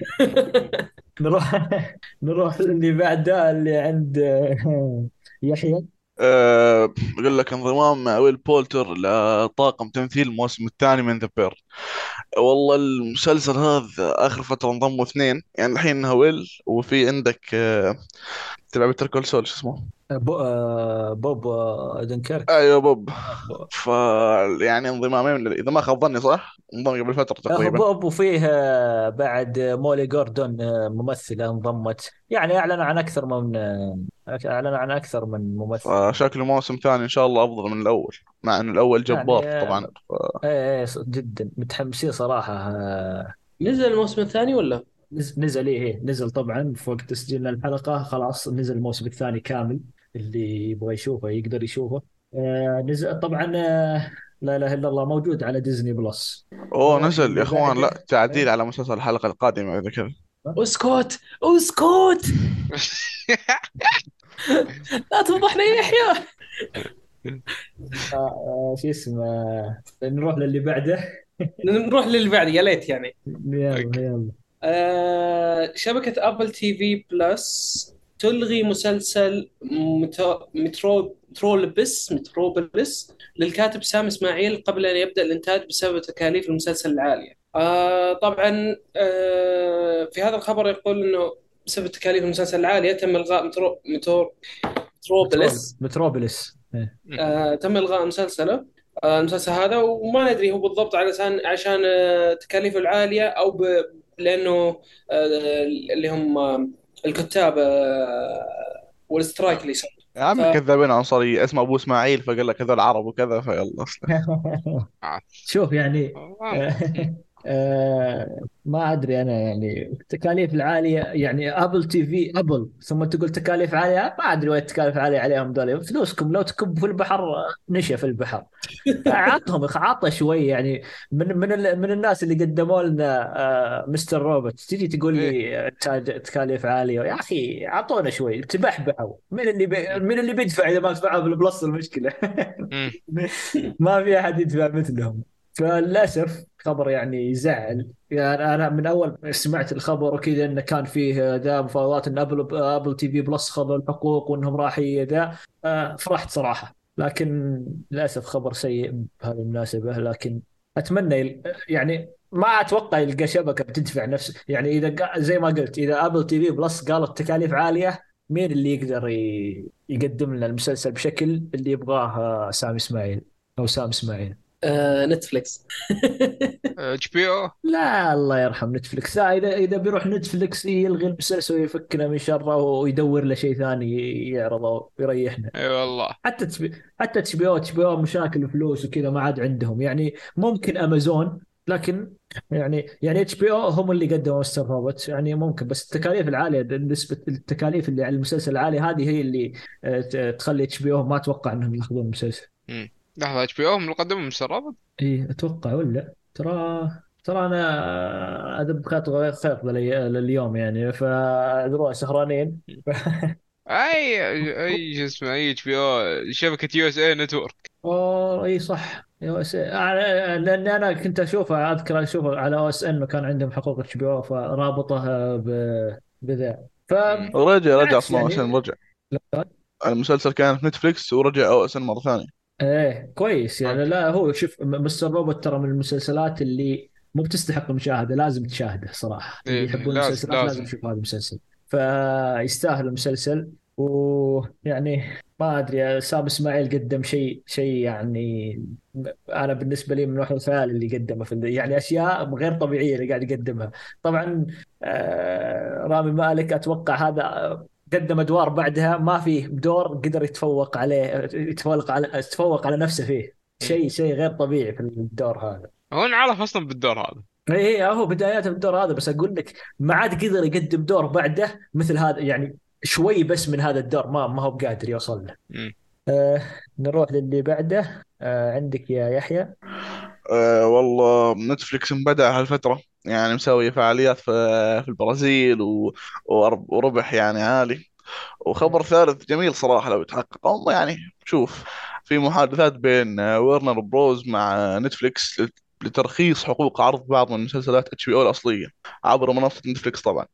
نروح نروح اللي بعده اللي عند يحيى. بقول لك انضمام ويل بولتر لطاقم تمثيل الموسم الثاني من ذا بير. والله المسلسل هذا آخر فترة انضموا اثنين، يعني الحين ويل، وفي عندك تلعب تركول سول شو اسمه. بوب دنكرك. ايوه بوب. ف يعني انضمامين اذا ما خاب ظني صح، انضم قبل فترة تقريبا. بوب، وفيه بعد مولي جوردون ممثلة انضمت، يعني أعلن عن أكثر من ممثل. فشكله موسم ثاني ان شاء الله افضل من الاول، مع ان الاول يعني جبار طبعا. جدا متحمسين صراحة. نزل الموسم الثاني ولا؟ نزل نزل طبعا في وقت تسجيلنا الحلقة، خلاص نزل الموسم الثاني كامل. اللي يبغى يشوفه يقدر يشوفه. نزل طبعا. لا إله إلا الله، موجود على ديزني بلس. اوه نروح نزل يا للي اخوان، لا بعده. تعديل على مسلسل الحلقة القادمة اذا كذا. اسكت اسكت، لا تفضحنا يا يحيى. شو اسمه. نروح للي بعده. نروح للي بعد يا ليت يعني. يلا يلا. شبكة أبل تي في بلس تلغي مسلسل متروبوليس للكاتب سام إسماعيل قبل أن يبدأ الإنتاج بسبب تكاليف المسلسل العالية. طبعا في هذا الخبر يقول أنه بسبب تكاليف المسلسل العالية تم إلغاء متروبوليس. متروبوليس تم إلغاء مسلسله، المسلسل هذا، وما ندري هو بالضبط عشان تكاليفه العالية لأنه اللي هم الكتاب والاسترايك اللي صار. يا عم كذابين عنصرية، اسمه ابو اسماعيل فقال لك هذول عرب وكذا فيلا اصلا. شوف يعني ما ادري انا، يعني التكاليف العاليه، يعني ابل تي في ابل ثم تقول تكاليف عاليه، ما ادري وين التكاليف العاليه عليهم دول، فلوسكم لو تكب في البحر نشف البحر. عطهم عطى شوي يعني. من الناس اللي قدموا لنا مستر روبوت تجي تقول ايه. لي تكاليف عاليه، يا اخي اعطونا شوي تبحبحوا. من اللي بيدفع اذا ما دفعوا بالبلس المشكله. مم. ما في احد يدفع مثلهم. فللاسف خبر يعني يزعل. يعني انا من اول سمعت الخبر وكذا انه كان فيه ذا مفاوضات ان ابل تي في بلس خذوا الحقوق وانهم راح ذا. فرحت صراحه، لكن للاسف خبر سيء بهذه المناسبه. لكن اتمنى يعني ما اتوقع يلقى شبكه بتدفع نفس، يعني اذا زي ما قلت اذا ابل تي في بلس قالت تكاليف عاليه، مين اللي يقدر يقدم لنا المسلسل بشكل اللي يبغاه سام اسماعيل او سام اسماعيل. نتفليكس. اتش بي او. لا الله يرحم نتفلكس. لا، اذا بيروح نتفلكس يلغي المسلسل ويفكنا من شره ويدور له شيء ثاني يعرضه ويريحنا. اي والله. حتى اتش بي او مشاكل فلوس وكذا ما عاد عندهم، يعني ممكن امازون، لكن يعني اتش بي او هم اللي قدموا مستر روبوت، يعني ممكن، بس التكاليف العاليه، نسبه التكاليف اللي على المسلسل العاليه هذه هي اللي تخلي اتش بي او ما اتوقع انهم ياخذون المسلسل. لحظه، اتش بي او من القدم مسرب. اي اتوقع، ولا ترى انا ادب خيط لليوم يعني، فدروع سهرانين. اي شو اسمه، اي اتش بي او، شبكه يو اس اي نتورك. اوه اي صح، يا لان انا كنت اذكر اشوفه على او اس ان، وكان عندهم حقوق اتش بي او فرابطه بذا. رجع فبالعكس اصلا يعني. عشان رجع المسلسل كان في نتفليكس ورجع او اس ان مره ثانيه. ايه كويس يعني. اوكي. لا هو شوف، مستر روبوت ترى من المسلسلات اللي مو بتستحق المشاهده، لازم تشاهده صراحه، اللي إيه يحبون لازم المسلسلات لازم لازم. يشوفوا هذا المسلسل. فيستاهل المسلسل. ويعني ما ادري، سام اسماعيل قدم شيء يعني، انا بالنسبه لي من وحي الخيال اللي قدمه يعني اشياء غير طبيعيه اللي قاعد يقدمها. طبعا رامي مالك اتوقع هذا قدم ادوار بعدها ما فيه دور قدر يتفوق عليه، يتفوق على نفسه فيه. مم. شيء غير طبيعي في الدور هذا. هو انعرف اصلا بالدور هذا. اي هو بداياته بالدور هذا، بس اقول لك ما عاد قدر يقدم دور بعده مثل هذا يعني، شوي بس من هذا الدور ما هو بقادر يوصل له. مم. آه نروح للي بعده. عندك يا يحيى. والله نتفليكس بدأ هالفترة، يعني مسوي فعاليات في البرازيل وربح يعني عالي. وخبر ثالث جميل صراحة لو يتحقق، أو يعني شوف، في محادثات بين ورنر بروز مع نتفليكس لترخيص حقوق عرض بعض من مسلسلات اتش بي او الأصلية عبر منصة نتفليكس طبعا.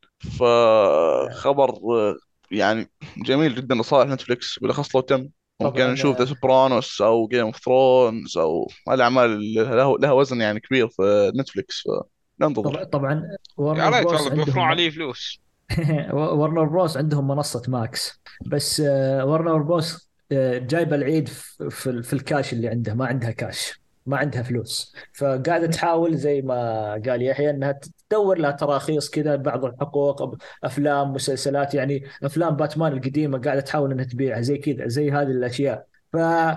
فخبر يعني جميل جدا لصالح نتفليكس، بالأخص لو تم. ممكن طبعا نشوف ذا سوبرانوس او جيم اوف ثرونز او الاعمال اللي لها وزن يعني كبير في نتفليكس، فننتظر. طبعا يا ورنر ريت بروس والله بيوفرون عندهم. عليه فلوس. ورنر بروس عندهم منصة ماكس، بس ورنر بروس جايبه العيد في الكاش اللي عنده، ما عندها كاش، ما عندها فلوس، فقاعدة تحاول زي ما قال يحيى انها تدور لها تراخيص كذا بعض الحقوق، افلام مسلسلات، يعني افلام باتمان القديمة قاعدة تحاول انها تبيعها زي كذا، زي هذه الاشياء. ف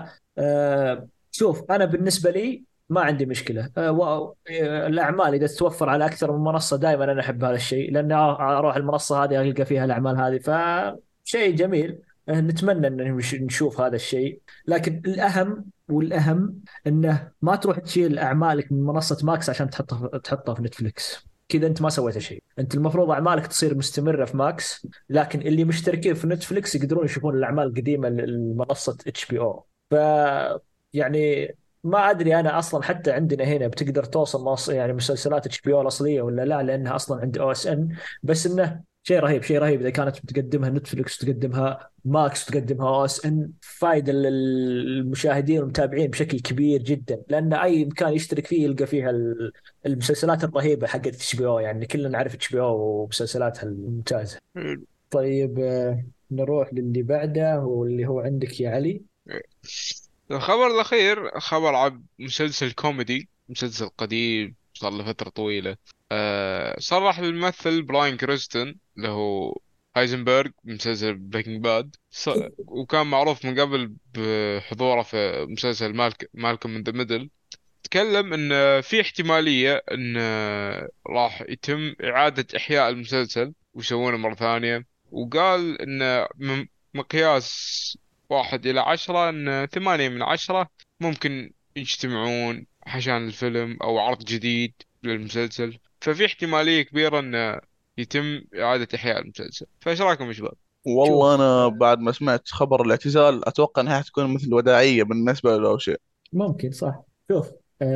شوف انا بالنسبة لي ما عندي مشكلة. الأعمال إذا تتوفر على أكثر من منصة دائما أنا أحب هذا الشيء، لأن أروح المنصة هذه ألقى فيها الأعمال هذه، فشيء جميل. نتمنى أن نشوف هذا الشيء. لكن الأهم والأهم أنه ما تروح تشيل أعمالك من منصة ماكس عشان تحطها في نتفليكس. كذا أنت ما سويت شيء. أنت المفروض أعمالك تصير مستمرة في ماكس، لكن اللي مشتركين في نتفليكس يقدرون يشوفون الأعمال القديمة لمنصة اتش بي او. ف يعني ما ادري انا اصلا حتى عندنا هنا بتقدر توصل يعني مسلسلات اتش بي او الاصليه ولا لا، لانها اصلا عند او اس ان. بس انه شيء رهيب، شيء رهيب اذا كانت بتقدمها نتفلكس تقدمها ماكس تقدمها او اس ان، فائده للمشاهدين والمتابعين بشكل كبير جدا، لان اي مكان يشترك فيه يلقى فيها المسلسلات الرهيبه حقت اتش بي او، يعني كلنا نعرف اتش بي او ومسلسلاتها الممتازه. طيب نروح للي بعده واللي هو عندك يا علي. الخبر الأخير خبر عن مسلسل كوميدي، مسلسل قديم صار له فترة طويلة. صرح الممثل براين كريستن له هايزنبرغ بمسلسل بريكنج باد، وكان معروف من قبل بحضوره في مسلسل مالكم من ذا ميدل. تكلم ان في احتمالية ان راح يتم إعادة إحياء المسلسل ويسوونه مرة ثانية. وقال ان مقياس 1 إلى 10 ان 8 من 10 ممكن يجتمعون عشان الفيلم او عرض جديد للمسلسل. ففي احتمالية كبيرة ان يتم إعادة إحياء المسلسل. فايش رايكم يا شباب؟ والله شوف انا بعد ما سمعت خبر الاعتزال اتوقع انها حتكون مثل وداعيه بالنسبه له او شيء. ممكن صح. شوف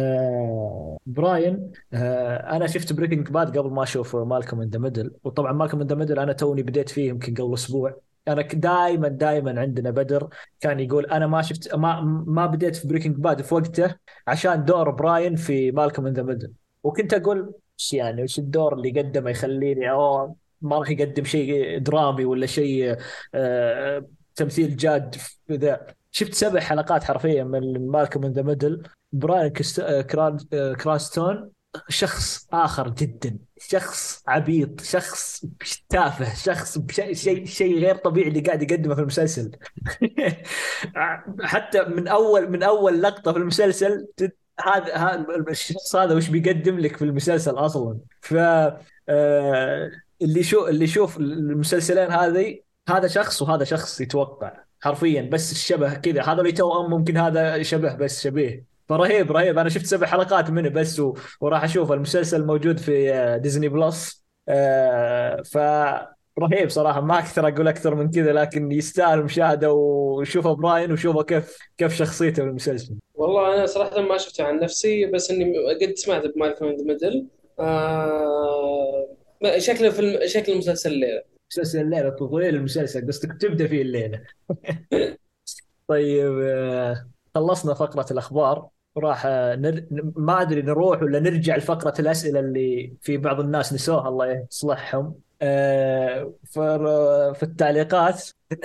براين، انا شفت بريكنج باد قبل ما اشوف مالكم ان ذا ميدل، وطبعا مالكم ان ذا ميدل انا توني بديت فيه يمكن قبل اسبوع. انا دائما عندنا بدر كان يقول انا ما شفت ما بديت في بريكنج باد في وقته عشان دور براين في مالكم ان ذا ميدل. وكنت اقول ايش يعني، ايش الدور اللي قدمه يخليني ما راح يقدم شيء درامي ولا شيء تمثيل جاد في ذا. شفت 7 حلقات حرفيا من مالكم ان ذا ميدل، كراستون شخص آخر جدا، شخص عبيط، شخص تافه، شخص شيء غير طبيعي اللي قاعد يقدمه في المسلسل. حتى من أول لقطة في المسلسل هذا الشخص هذا وش بيقدم لك في المسلسل أصلا. ف اللي يشوف المسلسلين هذه، هذا شخص وهذا شخص يتوقع حرفيا، بس الشبه كذا، هذا اللي توأم ممكن هذا شبه بس شبيه. فرهيب رهيب، انا شفت 7 حلقات منه بس وراح اشوف المسلسل موجود في ديزني بلس. فرهيب صراحة، ما اقدر اقول اكثر من كذا، لكن يستاهل مشاهدة. وشوفه براين وشوفه كيف شخصيته في المسلسل. والله انا صراحه ما شفته عن نفسي، بس اني قد سمعت بمالكم ان ذا ميدل. شكله شكل المسلسل الليله. مسلسل الليلة طويل، المسلسل قصدك تبدأ فيه الليلة. طيب، خلصنا فقرة الأخبار، وراح ما أدري نروح ولا نرجع لفقرة الأسئلة اللي في بعض الناس نسوها الله يصلحهم. في التعليقات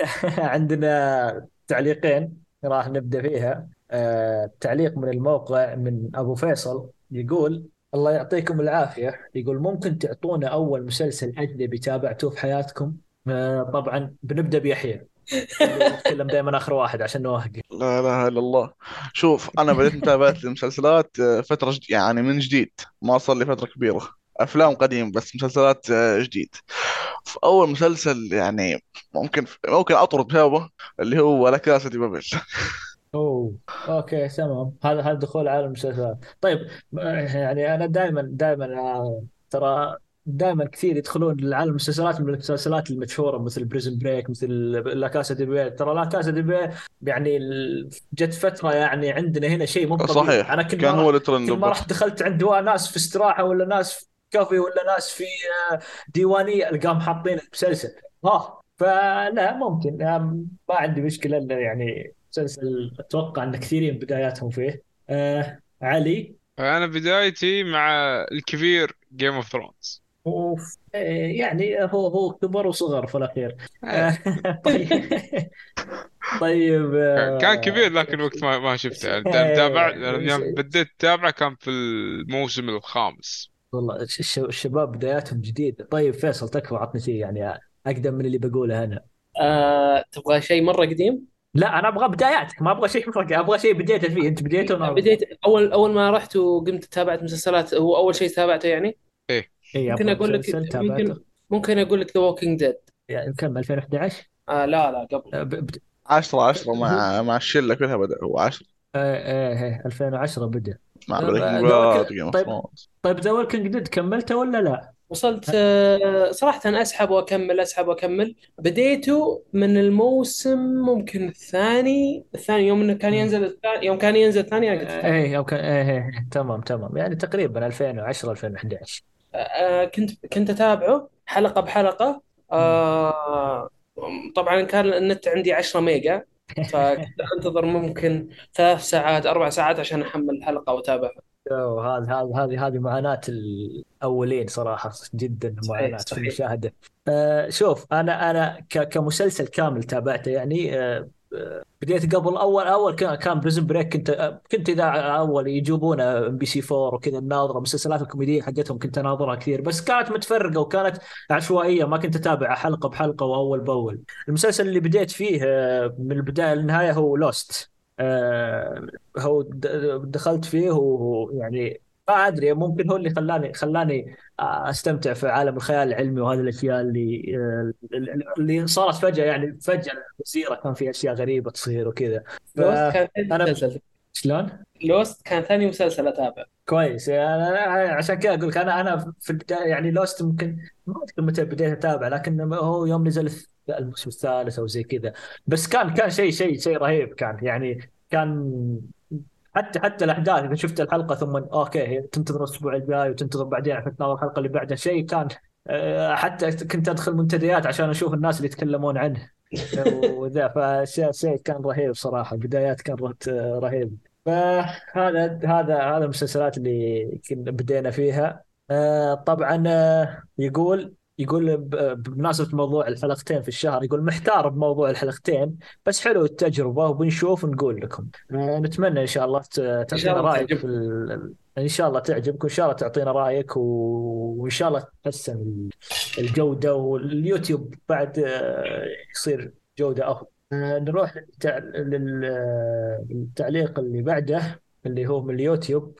عندنا تعليقين راح نبدأ فيها. تعليق من الموقع من أبو فيصل يقول: الله يعطيكم العافية. يقول: ممكن تعطونا أول مسلسل أجنبي تابعتوه في حياتكم؟ طبعا بنبدأ بيحيى، نتكلم دائما اخر واحد عشان نوهق. لا اله الا الله. شوف انا بديت متابعه المسلسلات فتره يعني من جديد، ما صار لي فتره كبيره. افلام قديم بس مسلسلات جديد. في اول مسلسل يعني ممكن اطرد بسببه، اللي هو لا كاسا دي بابل. اوه، اوكي تمام. هذا دخول عالم المسلسلات. طيب، يعني انا دائما ترى دائما كثير يدخلون لعالم المسلسلات من المسلسلات المشهوره، مثل بريزن بريك، مثل لا كاسا دي بيل. ترى لا كاسا دي بيل يعني جت فتره يعني عندنا هنا شيء مو طبيعي. صحيح، انا كان هو الترند كل ما بالضبط. رحت دخلت عند ناس في استراحه، ولا ناس في كافي، ولا ناس في ديوانيه، القاهم حاطين المسلسل. فلا ممكن، ما عندي مشكله، إلا يعني مسلسل اتوقع ان كثيرين بداياتهم فيه. علي. انا بدايتي مع الكبير جيم اوف ثرونز. يعني هو كبر وصغر في الاخير. آه طيب. طيب، كان كبير لكن وقت ما شفته يعني متابع، يعني بديت اتابعه كان في الموسم الخامس. والله الشباب بداياتهم جديدة. طيب فيصل، تكفى عطني شيء يعني اقدم من اللي بقوله انا. تبغى شيء مره قديم؟ لا، انا ابغى بداياتك، ما ابغى شيء مفاجئ، ابغى شيء بديته فيه. انت بديته وانا. بديت اول ما رحت وقمت تابعت مسلسلات، هو اول شيء تابعته يعني. ايه. اي، ممكن ابغى اقول لك مسلسل تابعته. ممكن اقول لك ذا ووكينج ديد. يعني كم 2011؟ لا لا قبل. 10 هو مع الشله كلها بدأ هو 10 2010 بدأ. مع بريكنج ذا باد ورك. وجيم اوف طيب. ثرونز. طيب، ذا وركينج ديد كملته ولا لا؟ وصلت صراحة أسحب وأكمل أسحب وأكمل. بديته من الموسم ممكن الثاني يوم إنه كان ينزل الثاني، يوم كان ينزل الثاني أنا قلت الثاني. ايه، اوكي، ايه تمام تمام، يعني تقريبا 2010 2011. كنت أتابعه حلقة بحلقة. مم. آه طبعا كان النت عندي 10 ميجا، فكنت أنتظر ممكن 3 ساعات 4 ساعات عشان أحمل الحلقة وأتابعها. هذه معاناة الأولين صراحة، جدا صحيح معاناة في صحيح. المشاهدة. شوف، أنا كمسلسل كامل تابعته يعني. بديت قبل أول كان بريزن بريك. كنت إذا أول يجيبونه ام بي سي 4 وكذا، الناظرة المسلسلات الكوميدية حقتهم كنت أناظرها كثير، بس كانت متفرقة وكانت عشوائية، ما كنت أتابعها حلقة بحلقة وأول بأول. المسلسل اللي بديت فيه من البداية للنهاية هو لوست. هو دخلت فيه ويعني ما ادري، ممكن هو اللي خلاني استمتع في عالم الخيال العلمي، وهذه الاشياء اللي صارت فجأة. يعني فجأة الجزيرة كان في اشياء غريبة تصير وكذا. لوست كان ثاني فانا مسلسل. شلون؟ لوست كان ثاني مسلسل أتابعه. كويس يعني. أنا عشان كذا اقول لك، انا في البدايه يعني لوست ممكن ما اذكر متى بديت اتابع، لكن هو يوم نزل الموسم الثالث او زي كذا. بس كان شيء رهيب كان يعني. كان حتى الاحداث، اذا شفت الحلقه ثم اوكي هي تنتظر الاسبوع الجاي، وتنتظر بعدين عشان تناظر الحلقه اللي بعدها، شيء كان. حتى كنت ادخل منتديات عشان اشوف الناس اللي يتكلمون عنه وذا. فشيء كان رهيب صراحه، البدايات كانت رهيبه. هذا المسلسلات اللي بدينا فيها. طبعا يقول: يقول بمناسبة موضوع الحلقتين في الشهر، يقول محتار بموضوع الحلقتين، بس حلو التجربة وبنشوف ونقول لكم. نتمنى إن شاء الله ان شاء تعطينا الله رأيك في تعجبكم. إن شاء الله تعجبك، وإن شاء الله تعطينا رأيك وإن شاء الله تحسن الجودة، واليوتيوب بعد يصير جودة أفضل. نروح للتعليق اللي بعده، اللي هو من اليوتيوب.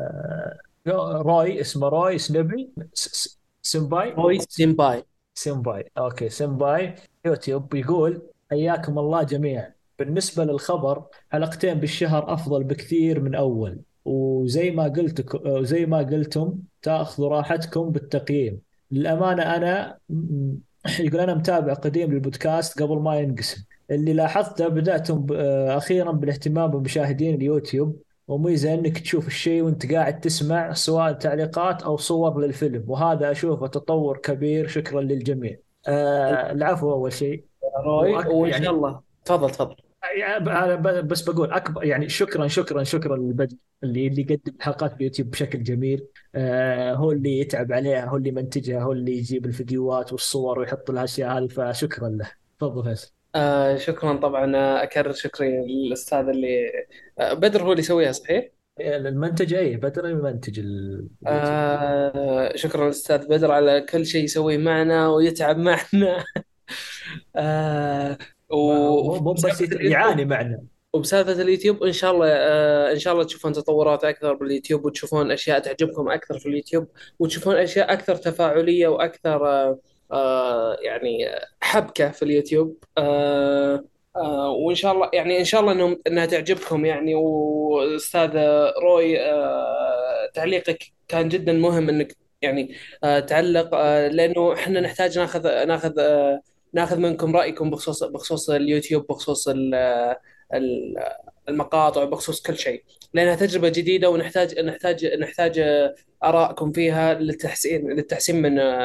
روي، اسمه روي سنبي سمباي. روي سيمباي. سمباي، اوكي سمباي. يوتيوب يقول: حياكم الله جميعا. بالنسبة للخبر، حلقتين بالشهر افضل بكثير من اول، وزي ما قلتم تاخذوا راحتكم بالتقييم. للأمانة يقول انا متابع قديم للبودكاست قبل ما ينقسم. اللي لاحظته بدأتم اخيرا بالاهتمام بمشاهدين اليوتيوب، وميزة انك تشوف الشيء وانت قاعد تسمع، سواء تعليقات او صور للفيلم، وهذا اشوفه تطور كبير. شكرا للجميع. العفو اول شيء. روي، وان شاء يعني الله تفضل تفضل. انا بس بقول اكبر، يعني شكرا شكرا شكرا للبدر اللي يقدم الحلقات بيوتيوب بشكل جميل. هو اللي يتعب عليها، هو اللي يمنتجها، هو اللي يجيب الفيديوهات والصور ويحط الاشياء هذه، فشكرا له. تفضل فيصل. شكرا طبعا. أكرر شكري للأستاذ اللي بدر هو اللي يسويها صحيح؟ المنتج، اي بدر يمنتج اليوتيوب. شكرا للأستاذ بدر على كل شيء يسويه معنا ويتعب معنا. آه مو بس وبسالفة يعاني اليوتيوب، معنا. وبسالفة اليوتيوب إن شاء الله، إن شاء الله تشوفون تطورات أكثر باليوتيوب، وتشوفون أشياء تعجبكم أكثر في اليوتيوب، وتشوفون أشياء أكثر تفاعلية وأكثر يعني حبكة في اليوتيوب. وإن شاء الله يعني إن شاء الله إنها تعجبكم يعني. وأستاذ روي، تعليقك كان جدا مهم إنك يعني تعلق، لأنه إحنا نحتاج ناخذ منكم رأيكم بخصوص اليوتيوب، بخصوص ال- المقاطع، بخصوص كل شيء، لأنها تجربة جديدة، ونحتاج آرائكم فيها للتحسين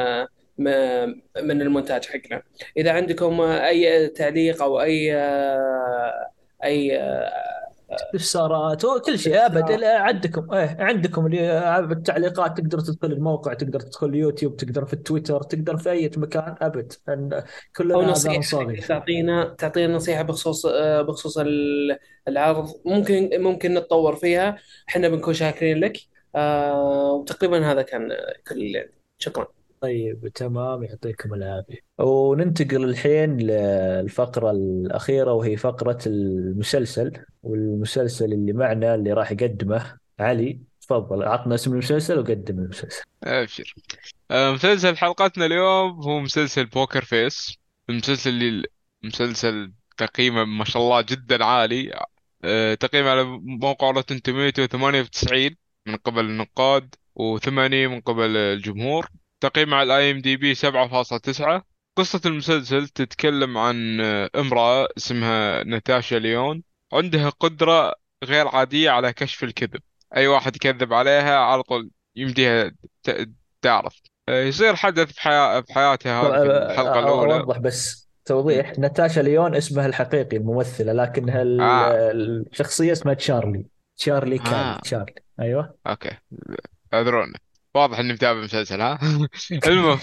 من المونتاج حقنا. إذا عندكم أي تعليق أو أي استفسارات وكل شيء ابد. استفسار عندكم عندكم التعليقات، تقدر تدخل الموقع، تقدر تدخل اليوتيوب، تقدر في التويتر، تقدر في اي مكان ابد. أو كلنا اذان نصيحة صاغية. تعطينا نصيحة بخصوص العرض، ممكن نتطور فيها. احنا بنكون شاكرين لك. وتقريبا هذا كان كل اللي عندي. شكرا. طيب تمام، يعطيكم العافية. وننتقل الحين للفقرة الأخيرة، وهي فقرة المسلسل. والمسلسل اللي معنا اللي راح يقدمه علي. تفضل عطنا اسم المسلسل وقدم المسلسل. ابشر. مسلسل حلقتنا اليوم هو مسلسل بوكر فيس. مسلسل تقييمه ما شاء الله جدا عالي. تقييمه على موقع روتن توميتو 98 من قبل النقاد، و8 من قبل الجمهور. تقييمه على الاي ام دي بي 7.9. قصة المسلسل تتكلم عن امرأة اسمها ناتاشا ليون، عندها قدرة غير عادية على كشف الكذب. اي واحد يكذب عليها على طول يمديها تعرف. يصير حدث بحياتها هذه في الحلقة الأولى. أوضح بس توضيح: ناتاشا ليون اسمها الحقيقي الممثلة، لكنها آه الشخصية اسمها تشارلي. تشارلي كان آه تشارلي. أيوة. أوكي، اعذرونا. واضح إني متابع مسلسل، ها. المهم.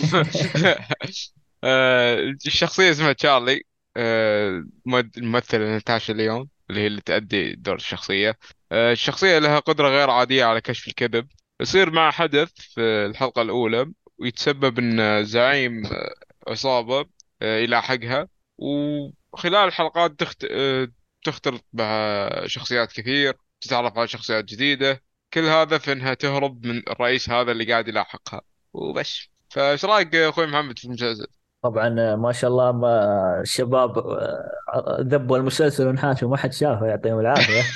الشخصية اسمها تشارلي. الممثلة ناتاشا ليون اللي هي اللي تأدي دور الشخصية. الشخصية لها قدرة غير عادية على كشف الكذب. يصير مع حدث في الحلقة الأولى، ويتسبب إن زعيم عصابة يلاحقها. وخلال الحلقات تختلط بها شخصيات كثير، تتعرف على شخصيات جديدة. كل هذا في انها تهرب من الرئيس هذا اللي قاعد يلاحقها وبس. فايش رايك يا اخوي محمد في المسلسل؟ طبعا ما شاء الله، ما الشباب ذبوا المسلسل ونحاشوا، ما حد شافه، يعطيهم العافية.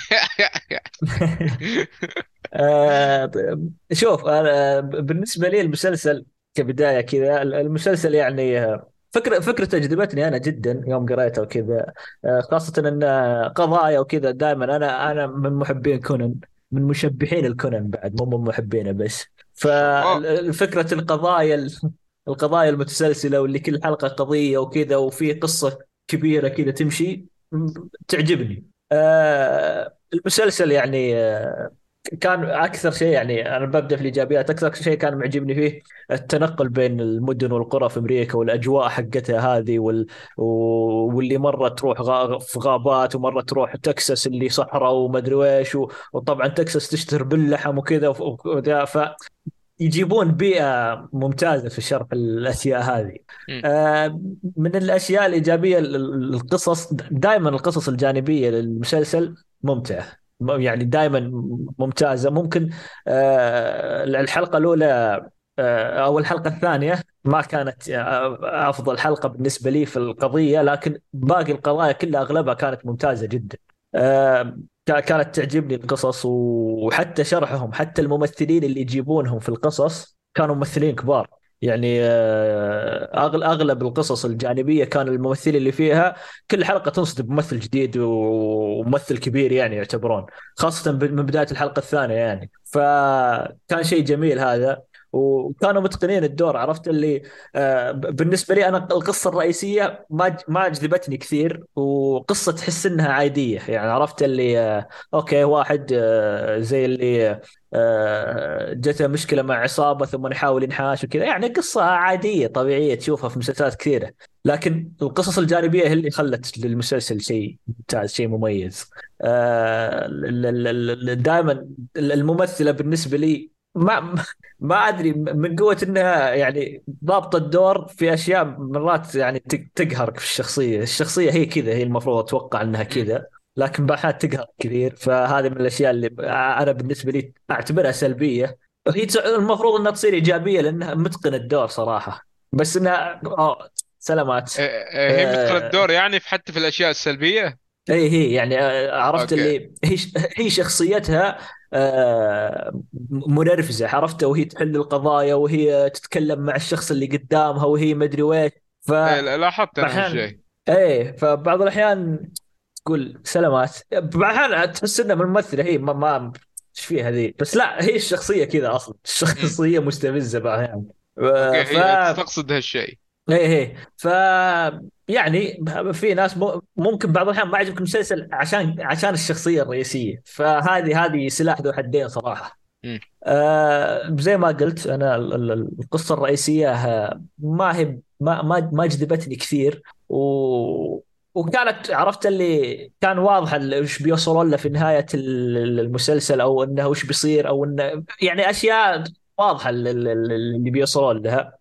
شوف أنا بالنسبة لي المسلسل كبداية كذا، المسلسل يعني فكرته جذبتني أنا جدا يوم قريته وكذا. خاصة أن قضايا وكذا. دائما أنا من محبين كونان، من مشبحين الكونان بعد، مو من محبينه بس. الله. ففكرة القضايا المتسلسلة، واللي كل حلقة قضية وكذا، وفي قصة كبيرة كذا تمشي، تعجبني. المسلسل يعني كان اكثر شيء، يعني انا ببدا في الايجابيات. اكثر شيء كان معجبني فيه التنقل بين المدن والقرى في امريكا، والاجواء حقتها هذه واللي مره تروح في غابات، ومره تروح تكساس اللي صحراء وما ادري ايش، وطبعا تكساس تشتهر باللحم وكذا يجيبون بيئة ممتازة في شرح الأشياء هذه. مم. من الأشياء الإيجابية القصص، دائما القصص الجانبية للمسلسل ممتعة، يعني دائما ممتازة. ممكن الحلقة الأولى أو الحلقة الثانية ما كانت أفضل حلقة بالنسبة لي في القضية، لكن باقي القضايا كلها أغلبها كانت ممتازة جدا. آه، كانت تعجبني القصص، وحتى شرحهم، حتى الممثلين اللي يجيبونهم في القصص كانوا ممثلين كبار. يعني أغلب القصص الجانبية كان الممثلين اللي فيها كل حلقة تنصدم ممثل جديد وممثل كبير يعني يعتبرون، خاصة من بداية الحلقة الثانية يعني. فكان شيء جميل هذا، وكانوا متقنين الدور. عرفت اللي بالنسبة لي أنا القصة الرئيسية ما جذبتني كثير، وقصة تحس إنها عادية. يعني عرفت اللي أوكي، واحد زي اللي جته مشكلة مع عصابة ثم يحاول ينحاش وكذا، يعني قصة عادية طبيعية تشوفها في مسلسلات كثيرة. لكن القصص الجانبية هي اللي خلت للمسلسل شيء ممتاز، شيء مميز. دائما الممثلة بالنسبة لي ما ادري، من قوه انها يعني ضابطه الدور في اشياء مرات يعني تقهرك في الشخصيه هي كذا، هي المفروض اتوقع انها مم. كذا، لكن بحات تقهر كثير. فهذه من الاشياء اللي انا بالنسبه لي اعتبرها سلبيه. هي المفروض انها تصير ايجابيه لانها متقن الدور صراحه، بس انها سلامات. هي متقنة آه، الدور يعني في حتى في الاشياء السلبية. هي يعني عرفت اوكي. اللي هي شخصيتها منرفزة، عرفته، وهي تحل القضايا وهي تتكلم مع الشخص اللي قدامها وهي مدري وين. لاحظت انا فأحيان هالشيء. فبعض الأحيان تقول سلامات، بعض الأحيان تحس إنها من الممثلة، هي ما ايش فيها ذي، بس لا، هي الشخصية كذا أصلا، مم. الشخصية مستفزة بعض الأحيان. اوكي، ف هي تقصد هالشيء. ايه يعني في ناس ممكن بعض الأحيان ما يعجبك المسلسل عشان الشخصية الرئيسية، فهذه سلاح ذو حدين صراحة. مم. زي ما قلت أنا القصة الرئيسية ما هي ما جذبتني كثير، وكانت عرفت اللي كان واضح وش بيوصلون له في نهاية المسلسل، أو إنه وش بيصير، أو إنه يعني أشياء واضحة اللي بيوصلون لها.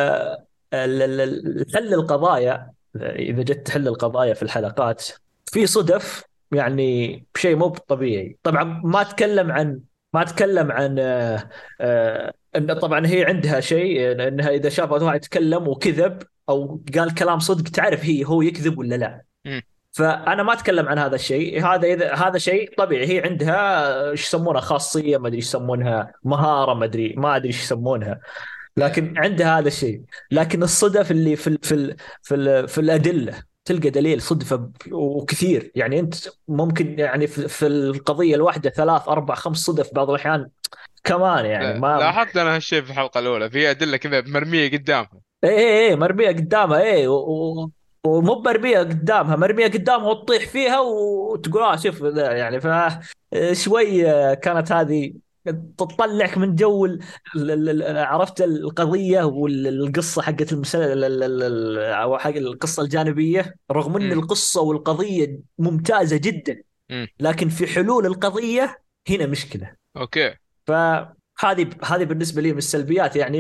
حل القضايا، إذا جيت تحل القضايا في الحلقات في صدف، يعني شيء مو طبيعي. طبعا ما اتكلم عن ان طبعا هي عندها شيء انها اذا شافت واحد يتكلم وكذب او قال كلام صدق تعرف هو يكذب ولا لا. مم. فانا ما اتكلم عن هذا الشيء، اذا هذا شيء طبيعي، هي عندها ايش يسمونها، خاصيه، ما ادري ايش يسمونها، مهاره، ما ادري ايش يسمونها، لكن عندها هذا الشيء. لكن الصدف اللي في الادله، تلقى دليل صدفه وكثير، يعني انت ممكن يعني في القضيه الواحده 3 4 5 صدف بعض الاحيان كمان، يعني ما. لاحظت انا هالشيء في الحلقة الاولى، في ادلة كذا مرمية قدامها. ايه مرميه قدامها، ايه ومو مرميه قدامها، مرميه قدامها وتطيح فيها وتقول شوف ذا، يعني شوي كانت هذه تطلعك من جو عرفت القضيه والقصه حقت المسلسل، او حق القصه الجانبيه، رغم ان مم. القصه والقضيه ممتازه جدا، مم. لكن في حلول القضيه هنا مشكله. اوكي. فهذه بالنسبه لي من السلبيات يعني.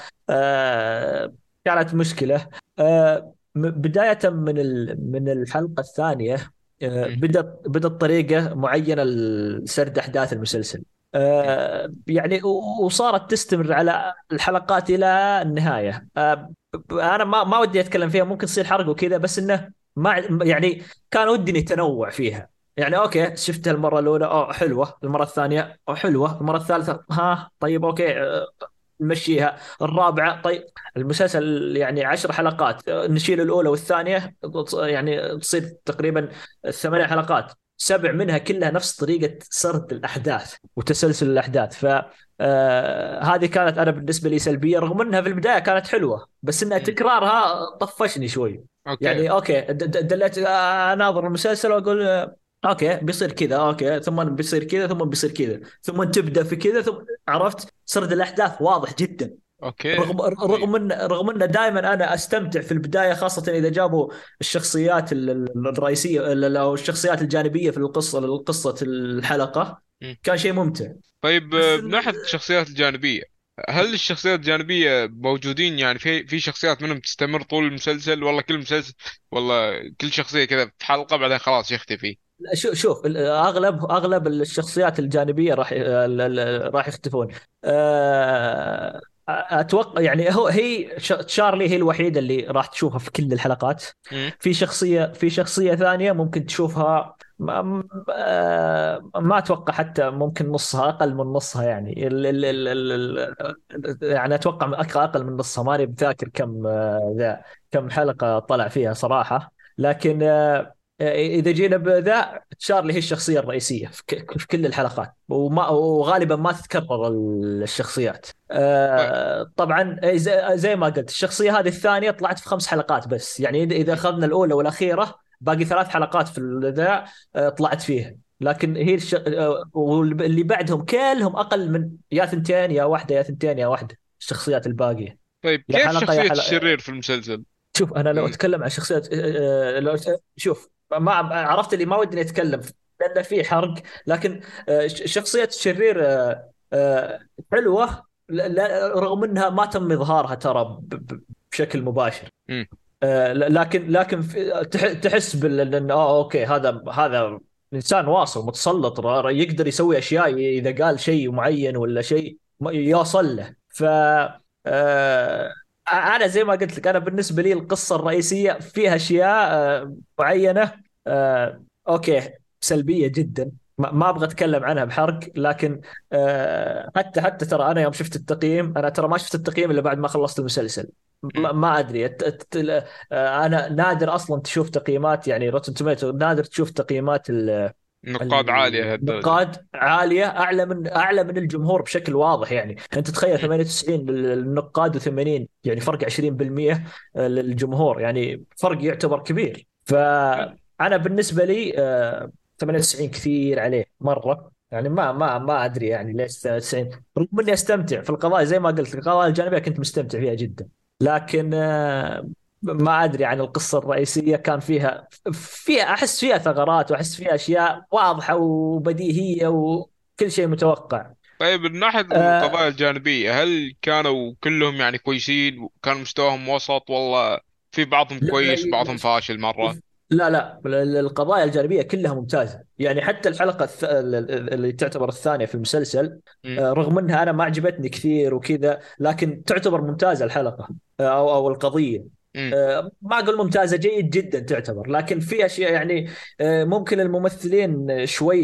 كانت مشكله. بدايه من الحلقه الثانيه مم. بدت طريقه معينه لسرد احداث المسلسل. مم. يعني وصارت تستمر على الحلقات الى النهايه. انا ما ودي اتكلم فيها، ممكن تصير حرق وكذا، بس انه ما يعني كان ودي تنوع فيها. يعني اوكي، شفتها المره الاولى حلوه، المره الثانيه حلوه، المره الثالثه طيب اوكي، نمشيها، الرابعه طيب. المسلسل يعني 10 حلقات، نشيل الاولى والثانيه، يعني تصير تقريبا 8 حلقات، 7 منها كلها نفس طريقه سرد الاحداث وتسلسل الاحداث. هذه كانت انا بالنسبه لي سلبيه، رغم انها في البدايه كانت حلوه، بس انها مم. تكرارها طفشني شوي. اوكي. يعني اوكي، دليت اناظر المسلسل واقول اوكي بيصير كذا، اوكي ثم بيصير كذا، ثم بيصير كذا، ثم تبدا في كذا، ثم عرفت سرد الاحداث واضح جدا. اوكي طيب. رغم ان دائما انا استمتع في البدايه، خاصه اذا جابوا الشخصيات الرئيسيه او الشخصيات الجانبيه في القصه الحلقه، مم. كان شيء ممتع. طيب بس بناحية الشخصيات الجانبية، هل الشخصيات الجانبية موجودين يعني في شخصيات منهم تستمر طول المسلسل، والله كل مسلسل، والله كل شخصية كذا في حلقة بعدين خلاص يختفي؟ شوف اغلب الشخصيات الجانبيه راح يختفون. اتوقع يعني هي تشارلي هي الوحيده اللي راح تشوفها في كل الحلقات. مم. في شخصيه ثانيه ممكن تشوفها، ما اتوقع حتى ممكن نصها، اقل من نصها يعني يعني اتوقع اقل من نصها، ماني بذاكر كم ذا كم حلقه طلع فيها صراحه. لكن اذا جينا بذا، تشارلي هي الشخصيه الرئيسيه في كل الحلقات، وغالبا ما تتكرر الشخصيات. طيب. طبعا زي ما قلت، الشخصيه هذه الثانيه طلعت في 5 حلقات بس، يعني اذا مم. اخذنا الاولى والاخيره باقي 3 حلقات في الذا طلعت فيها. لكن هي واللي بعدهم كلهم اقل من يا ثنتين يا واحده، يا ثنتين يا واحده، الشخصيات الباقيه طيب يا كيف حلقه يا شخصية حلقه. الشرير في المسلسل؟ شوف انا لو مم. اتكلم عن شخصيات شوف، ما عرفت اللي ما ودي اتكلم لان في حرق. لكن شخصيه الشرير حلوه، رغم انها ما تم اظهارها ترى بشكل مباشر. مم. لكن تحس انه اوكي، هذا انسان واصل متسلط، يقدر يسوي اشياء اذا قال شيء معين ولا شيء يوصل له. ف آه، انا زي ما قلت لك، انا بالنسبه لي القصه الرئيسيه فيها اشياء معينه اوكي سلبيه جدا، ما ابغى اتكلم عنها بحرق. لكن حتى ترى انا يوم شفت التقييم، انا ترى ما شفت التقييم الا بعد ما خلصت المسلسل. مم. ما ادري انا نادر اصلا تشوف تقييمات، يعني روتن توميتو نادر تشوف تقييمات نقاد عالية هالدرجة؟ النقاد عاليه، اعلى من الجمهور بشكل واضح. يعني انت تخيل مم. 98 للنقاد و80، يعني فرق 20% للجمهور، يعني فرق يعتبر كبير. حلو. فانا بالنسبه لي 98 كثير عليه مره، يعني ما ادري يعني ليش 98، رغم اني استمتع في القضايا زي ما قلت، القضايا الجانبيه كنت مستمتع فيها جدا. لكن ما ادري عن القصه الرئيسيه، كان فيها احس فيها ثغرات، واحس فيها اشياء واضحه وبديهيه وكل شيء متوقع. طيب من ناحية آه، القضايا الجانبية، هل كانوا كلهم يعني كويسين وكان مستواهم وسط، والله في بعضهم لا لا كويس وبعضهم فاشل مرة؟ لا القضايا الجانبيه كلها ممتازه، يعني حتى الحلقه اللي تعتبر الثانيه في المسلسل، مم. رغم انها انا ما عجبتني كثير وكذا، لكن تعتبر ممتازه الحلقه، او القضيه. مم. ما اقول ممتازه، جيد جدا تعتبر، لكن في اشياء يعني ممكن الممثلين شوي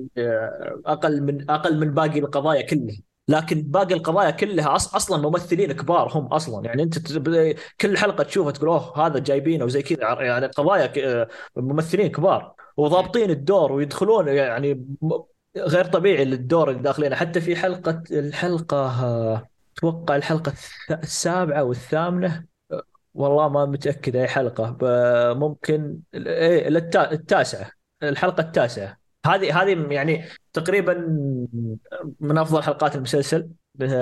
اقل من باقي القضايا كلها. لكن باقي القضايا كلها اصلا ممثلين كبار هم اصلا، يعني انت كل حلقه تشوفها تقول اوه هذا جايبينه وزي كذا، يعني قضايا ممثلين كبار مم. وضابطين الدور ويدخلون يعني غير طبيعي للدور اللي داخلينه. حتى في الحلقه اتوقع الحلقه السابعه والثامنه، والله ما متأكد أي حلقة، ممكن إيه التاسعة، الحلقة التاسعة. هذه يعني تقريبا من أفضل حلقات المسلسل.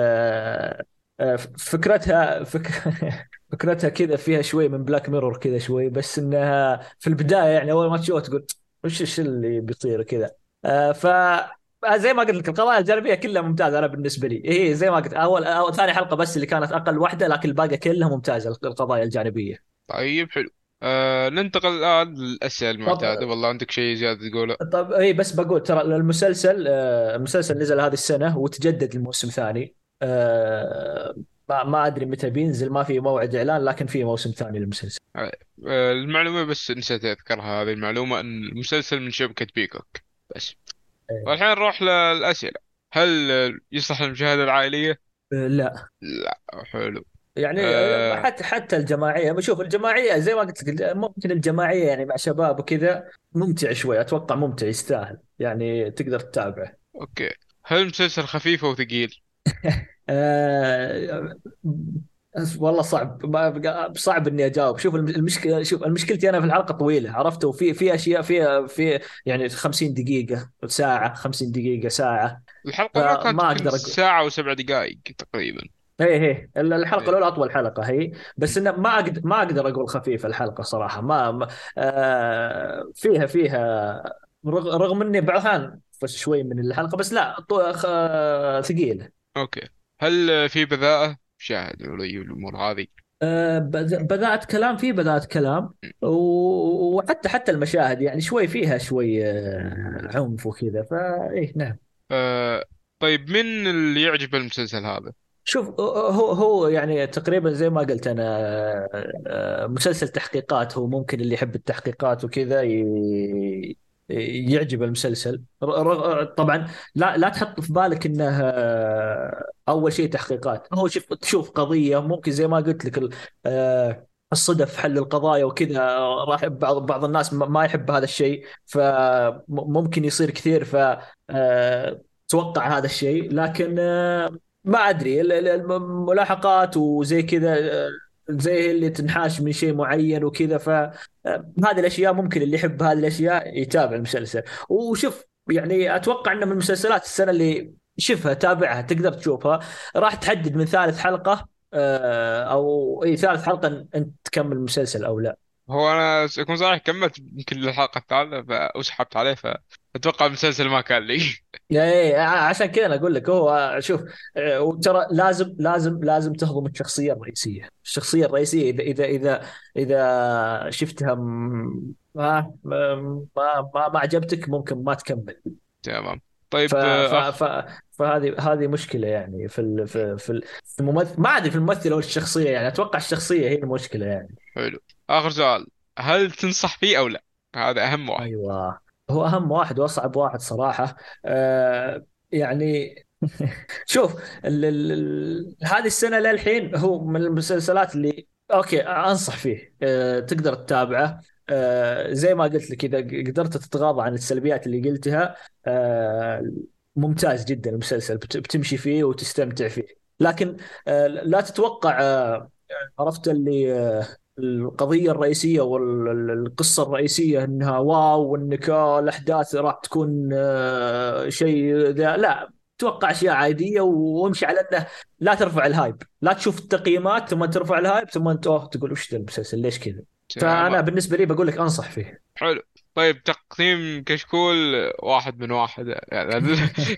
فكرتها كذا فيها شوي من بلاك ميرور كذا شوي، بس إنها في البداية يعني أول ما تشوفها تقول وش اللي بيصير كذا. ف زي ما قلت لك القضايا الجانبيه كلها ممتازه، انا بالنسبه لي هي زي ما قلت، اول أو ثاني حلقه بس اللي كانت اقل واحده، لكن الباقي كلها ممتازه القضايا الجانبيه. طيب حلو. ننتقل الآن للأسئلة المعتادة، طب والله عندك شيء زيادة تقوله؟ طب اي بس بقول ترى المسلسل نزل هذه السنه وتجدد الموسم ثاني. ما ادري متى بينزل، ما في موعد اعلان، لكن في موسم ثاني للمسلسل. المعلومة بس نسيت أذكرها، هذه المعلومة أن المسلسل من شبكة بيكوك بس. إيه. والحين نروح للأسئلة. هل يصلح للمشاهدة العائلية؟ لا لا. حلو. يعني أه حتى الجماعيه، بشوف الجماعيه زي ما قلت لك، ممكن الجماعيه يعني مع شباب وكذا ممتع شوي، اتوقع ممتع يستاهل، يعني تقدر تتابعه. أوكي. هل المسلسل خفيف أو ثقيل؟ آه، والله صعب، صعب اني اجاوب. شوف المشكله، شوف المشكلتي انا في الحلقه طويله، عرفت، وفي اشياء في يعني 50 دقيقه ساعه، 50 دقيقه ساعه، الحلقة ما كانت فما يمكن اقدر اقول. ساعة و7 دقائق تقريبا. هي الحلقه إيه. الاولى اطول حلقه هي، بس انه ما اقدر اقول خفيفه الحلقه صراحه، فيها رغم اني بعض الأحيان شوي من الحلقه، بس لا ثقيله. اوكي. هل في بذاءة شاهد ولا الامور هذه؟ بدأت كلام، فيه بدأت كلام، وحتى المشاهد يعني شوي فيها شوي عنف وكذا، فايه نعم. آه طيب، من اللي يعجب المسلسل هذا؟ شوف هو يعني تقريبا زي ما قلت انا، مسلسل تحقيقات، هو ممكن اللي يحب التحقيقات وكذا يعجب المسلسل. طبعا لا تحط في بالك انه اول شيء تحقيقات. هو شوف تشوف قضية، ممكن زي ما قلت لك الصدف، حل القضايا وكذا، راح بعض الناس ما يحب هذا الشيء، فممكن يصير كثير، ف توقع هذا الشيء. لكن ما ادري الملاحقات وزي كذا، زي اللي تنحاش من شيء معين وكذا، فهذه الاشياء ممكن اللي يحب هذه الاشياء يتابع المسلسل. وشوف يعني اتوقع انه من المسلسلات السنه اللي شوفها تابعها تقدر تشوفها، راح تحدد من ثالث حلقه او اي ثالث حلقه انت تكمل المسلسل او لا. هو انا اكون صريح، كملت يمكن الحلقة الثالثة وسحبت عليه، فاتوقع المسلسل ما كان لي. يعني عشان كذا انا اقول لك، هو شوف وترى لازم تهضم الشخصيه الرئيسيه. الشخصيه الرئيسيه اذا شفتها ما عجبتك، ممكن ما تكمل. تمام. ف طيب ف ف فهذه مشكله يعني في الممثل، ما ادري في الممثل او الشخصيه، يعني اتوقع الشخصيه هي المشكله يعني. حلو. اخر سؤال، هل تنصح فيه او لا؟ هذا اهم واحد. ايوه، هو اهم واحد واصعب واحد صراحه. يعني شوف هذه السنه للحين هو من المسلسلات اللي اوكي انصح فيه، تقدر تتابعه. زي ما قلت لك، اذا قدرت تتغاضى عن السلبيات اللي قلتها، آه ممتاز جدا المسلسل، بتمشي فيه وتستمتع فيه. لكن لا تتوقع، عرفت اللي القضية الرئيسية والقصة الرئيسية انها واو، وانك الاحداث راح تكون شيء ذا، لا. توقع اشياء عادية وامشي على انه لا ترفع الهايب، لا تشوف التقييمات ثم ترفع الهايب ثم انت تقول وش ذا المسلسل ليش كذا. تمام. فانا بالنسبة لي بقول لك انصح فيه. حلو. طيب، تقييم كشكول 1 من 1 يعني.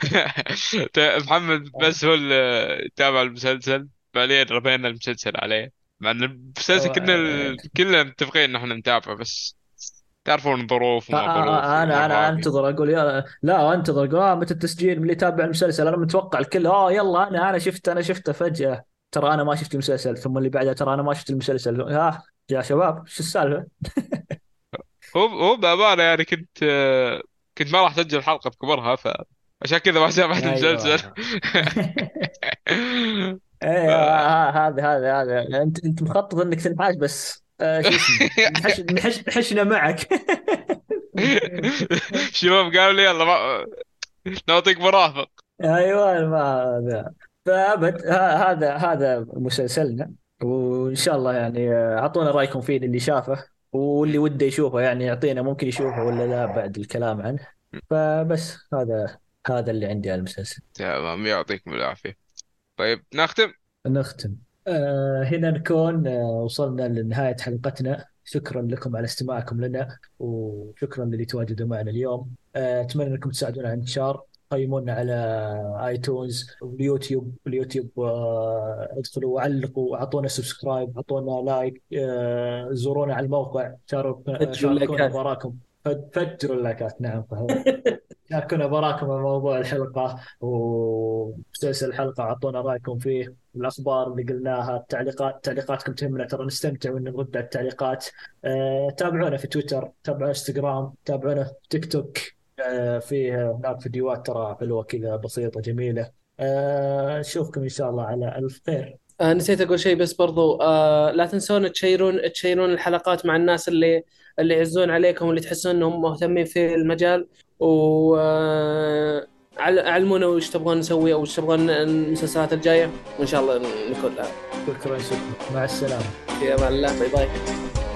محمد بس هو اللي تابع المسلسل فعليا، ربينا المسلسل عليه، مع ان المسلسل كلنا متفقين ان احنا نتابعه، بس تعرفون ظروف وما ظروف انا والمراقي. انتظر اقول لا انتظر اقول متى التسجيل من اللي يتابع المسلسل. انا متوقع الكل يلا انا شفته فجأة، ترى انا ما شفت المسلسل، ثم اللي بعدها ترى انا ما شفت المسلسل. يا شباب شو السالفة؟ هو بأمانة يعني كنت ما راح اسجل حلقة بكبرها، فعشان كذا ما تابعت المسلسل. ايوه. ايه هذا انت مخطط انك تنحاش، بس شو اسمه نحشنا معك. شباب قالوا لي يلا نعطيك مرافق. ايوه ما هذا، فابد هذا مسلسلنا. وان شاء الله يعني اعطونا رايكم فيه اللي شافه، واللي وده يشوفه يعني يعطينا، ممكن يشوفه ولا لا بعد الكلام عنه. فبس هذا اللي عندي على المسلسل. تمام، يعطيكم العافية. طيب نختم. نختم. هنا نكون وصلنا لنهاية حلقتنا. شكرا لكم على استماعكم لنا، وشكرا للي تواجدوا معنا اليوم. أتمنى أنكم تساعدونا على الانتشار، قيمونا على ايتونز واليوتيوب ادخلوا وعلقوا، اعطونا سبسكرايب، اعطونا لايك، زورونا على الموقع، فجروا شاركونا اللايكات. براكم. فجروا اللايكات، نعم فهمت. شاركونا براكم عن موضوع الحلقة ومسلسل الحلقة، أعطونا رأيكم فيه، الأخبار اللي قلناها، تعليقاتكم تهمنا، ترى نستمتع وإن نرد على التعليقات. تابعونا في تويتر، تابعونا انستغرام، تابعونا في تيك توك. فيه هناك فيديوهات ترى حلوة كذا بسيطة جميلة. نشوفكم إن شاء الله على ألف خير. نسيت اقول شيء بس برضو، لا تنسون تشيرون الحلقات مع الناس اللي يعزون عليكم واللي تحسون انهم مهتمين في المجال. و علمونا وش تبغون نسوي او وش تبغون المسلسلات الجايه، وان شاء الله نكون لها. شكرا مع السلامة. في امان الله، باي باي.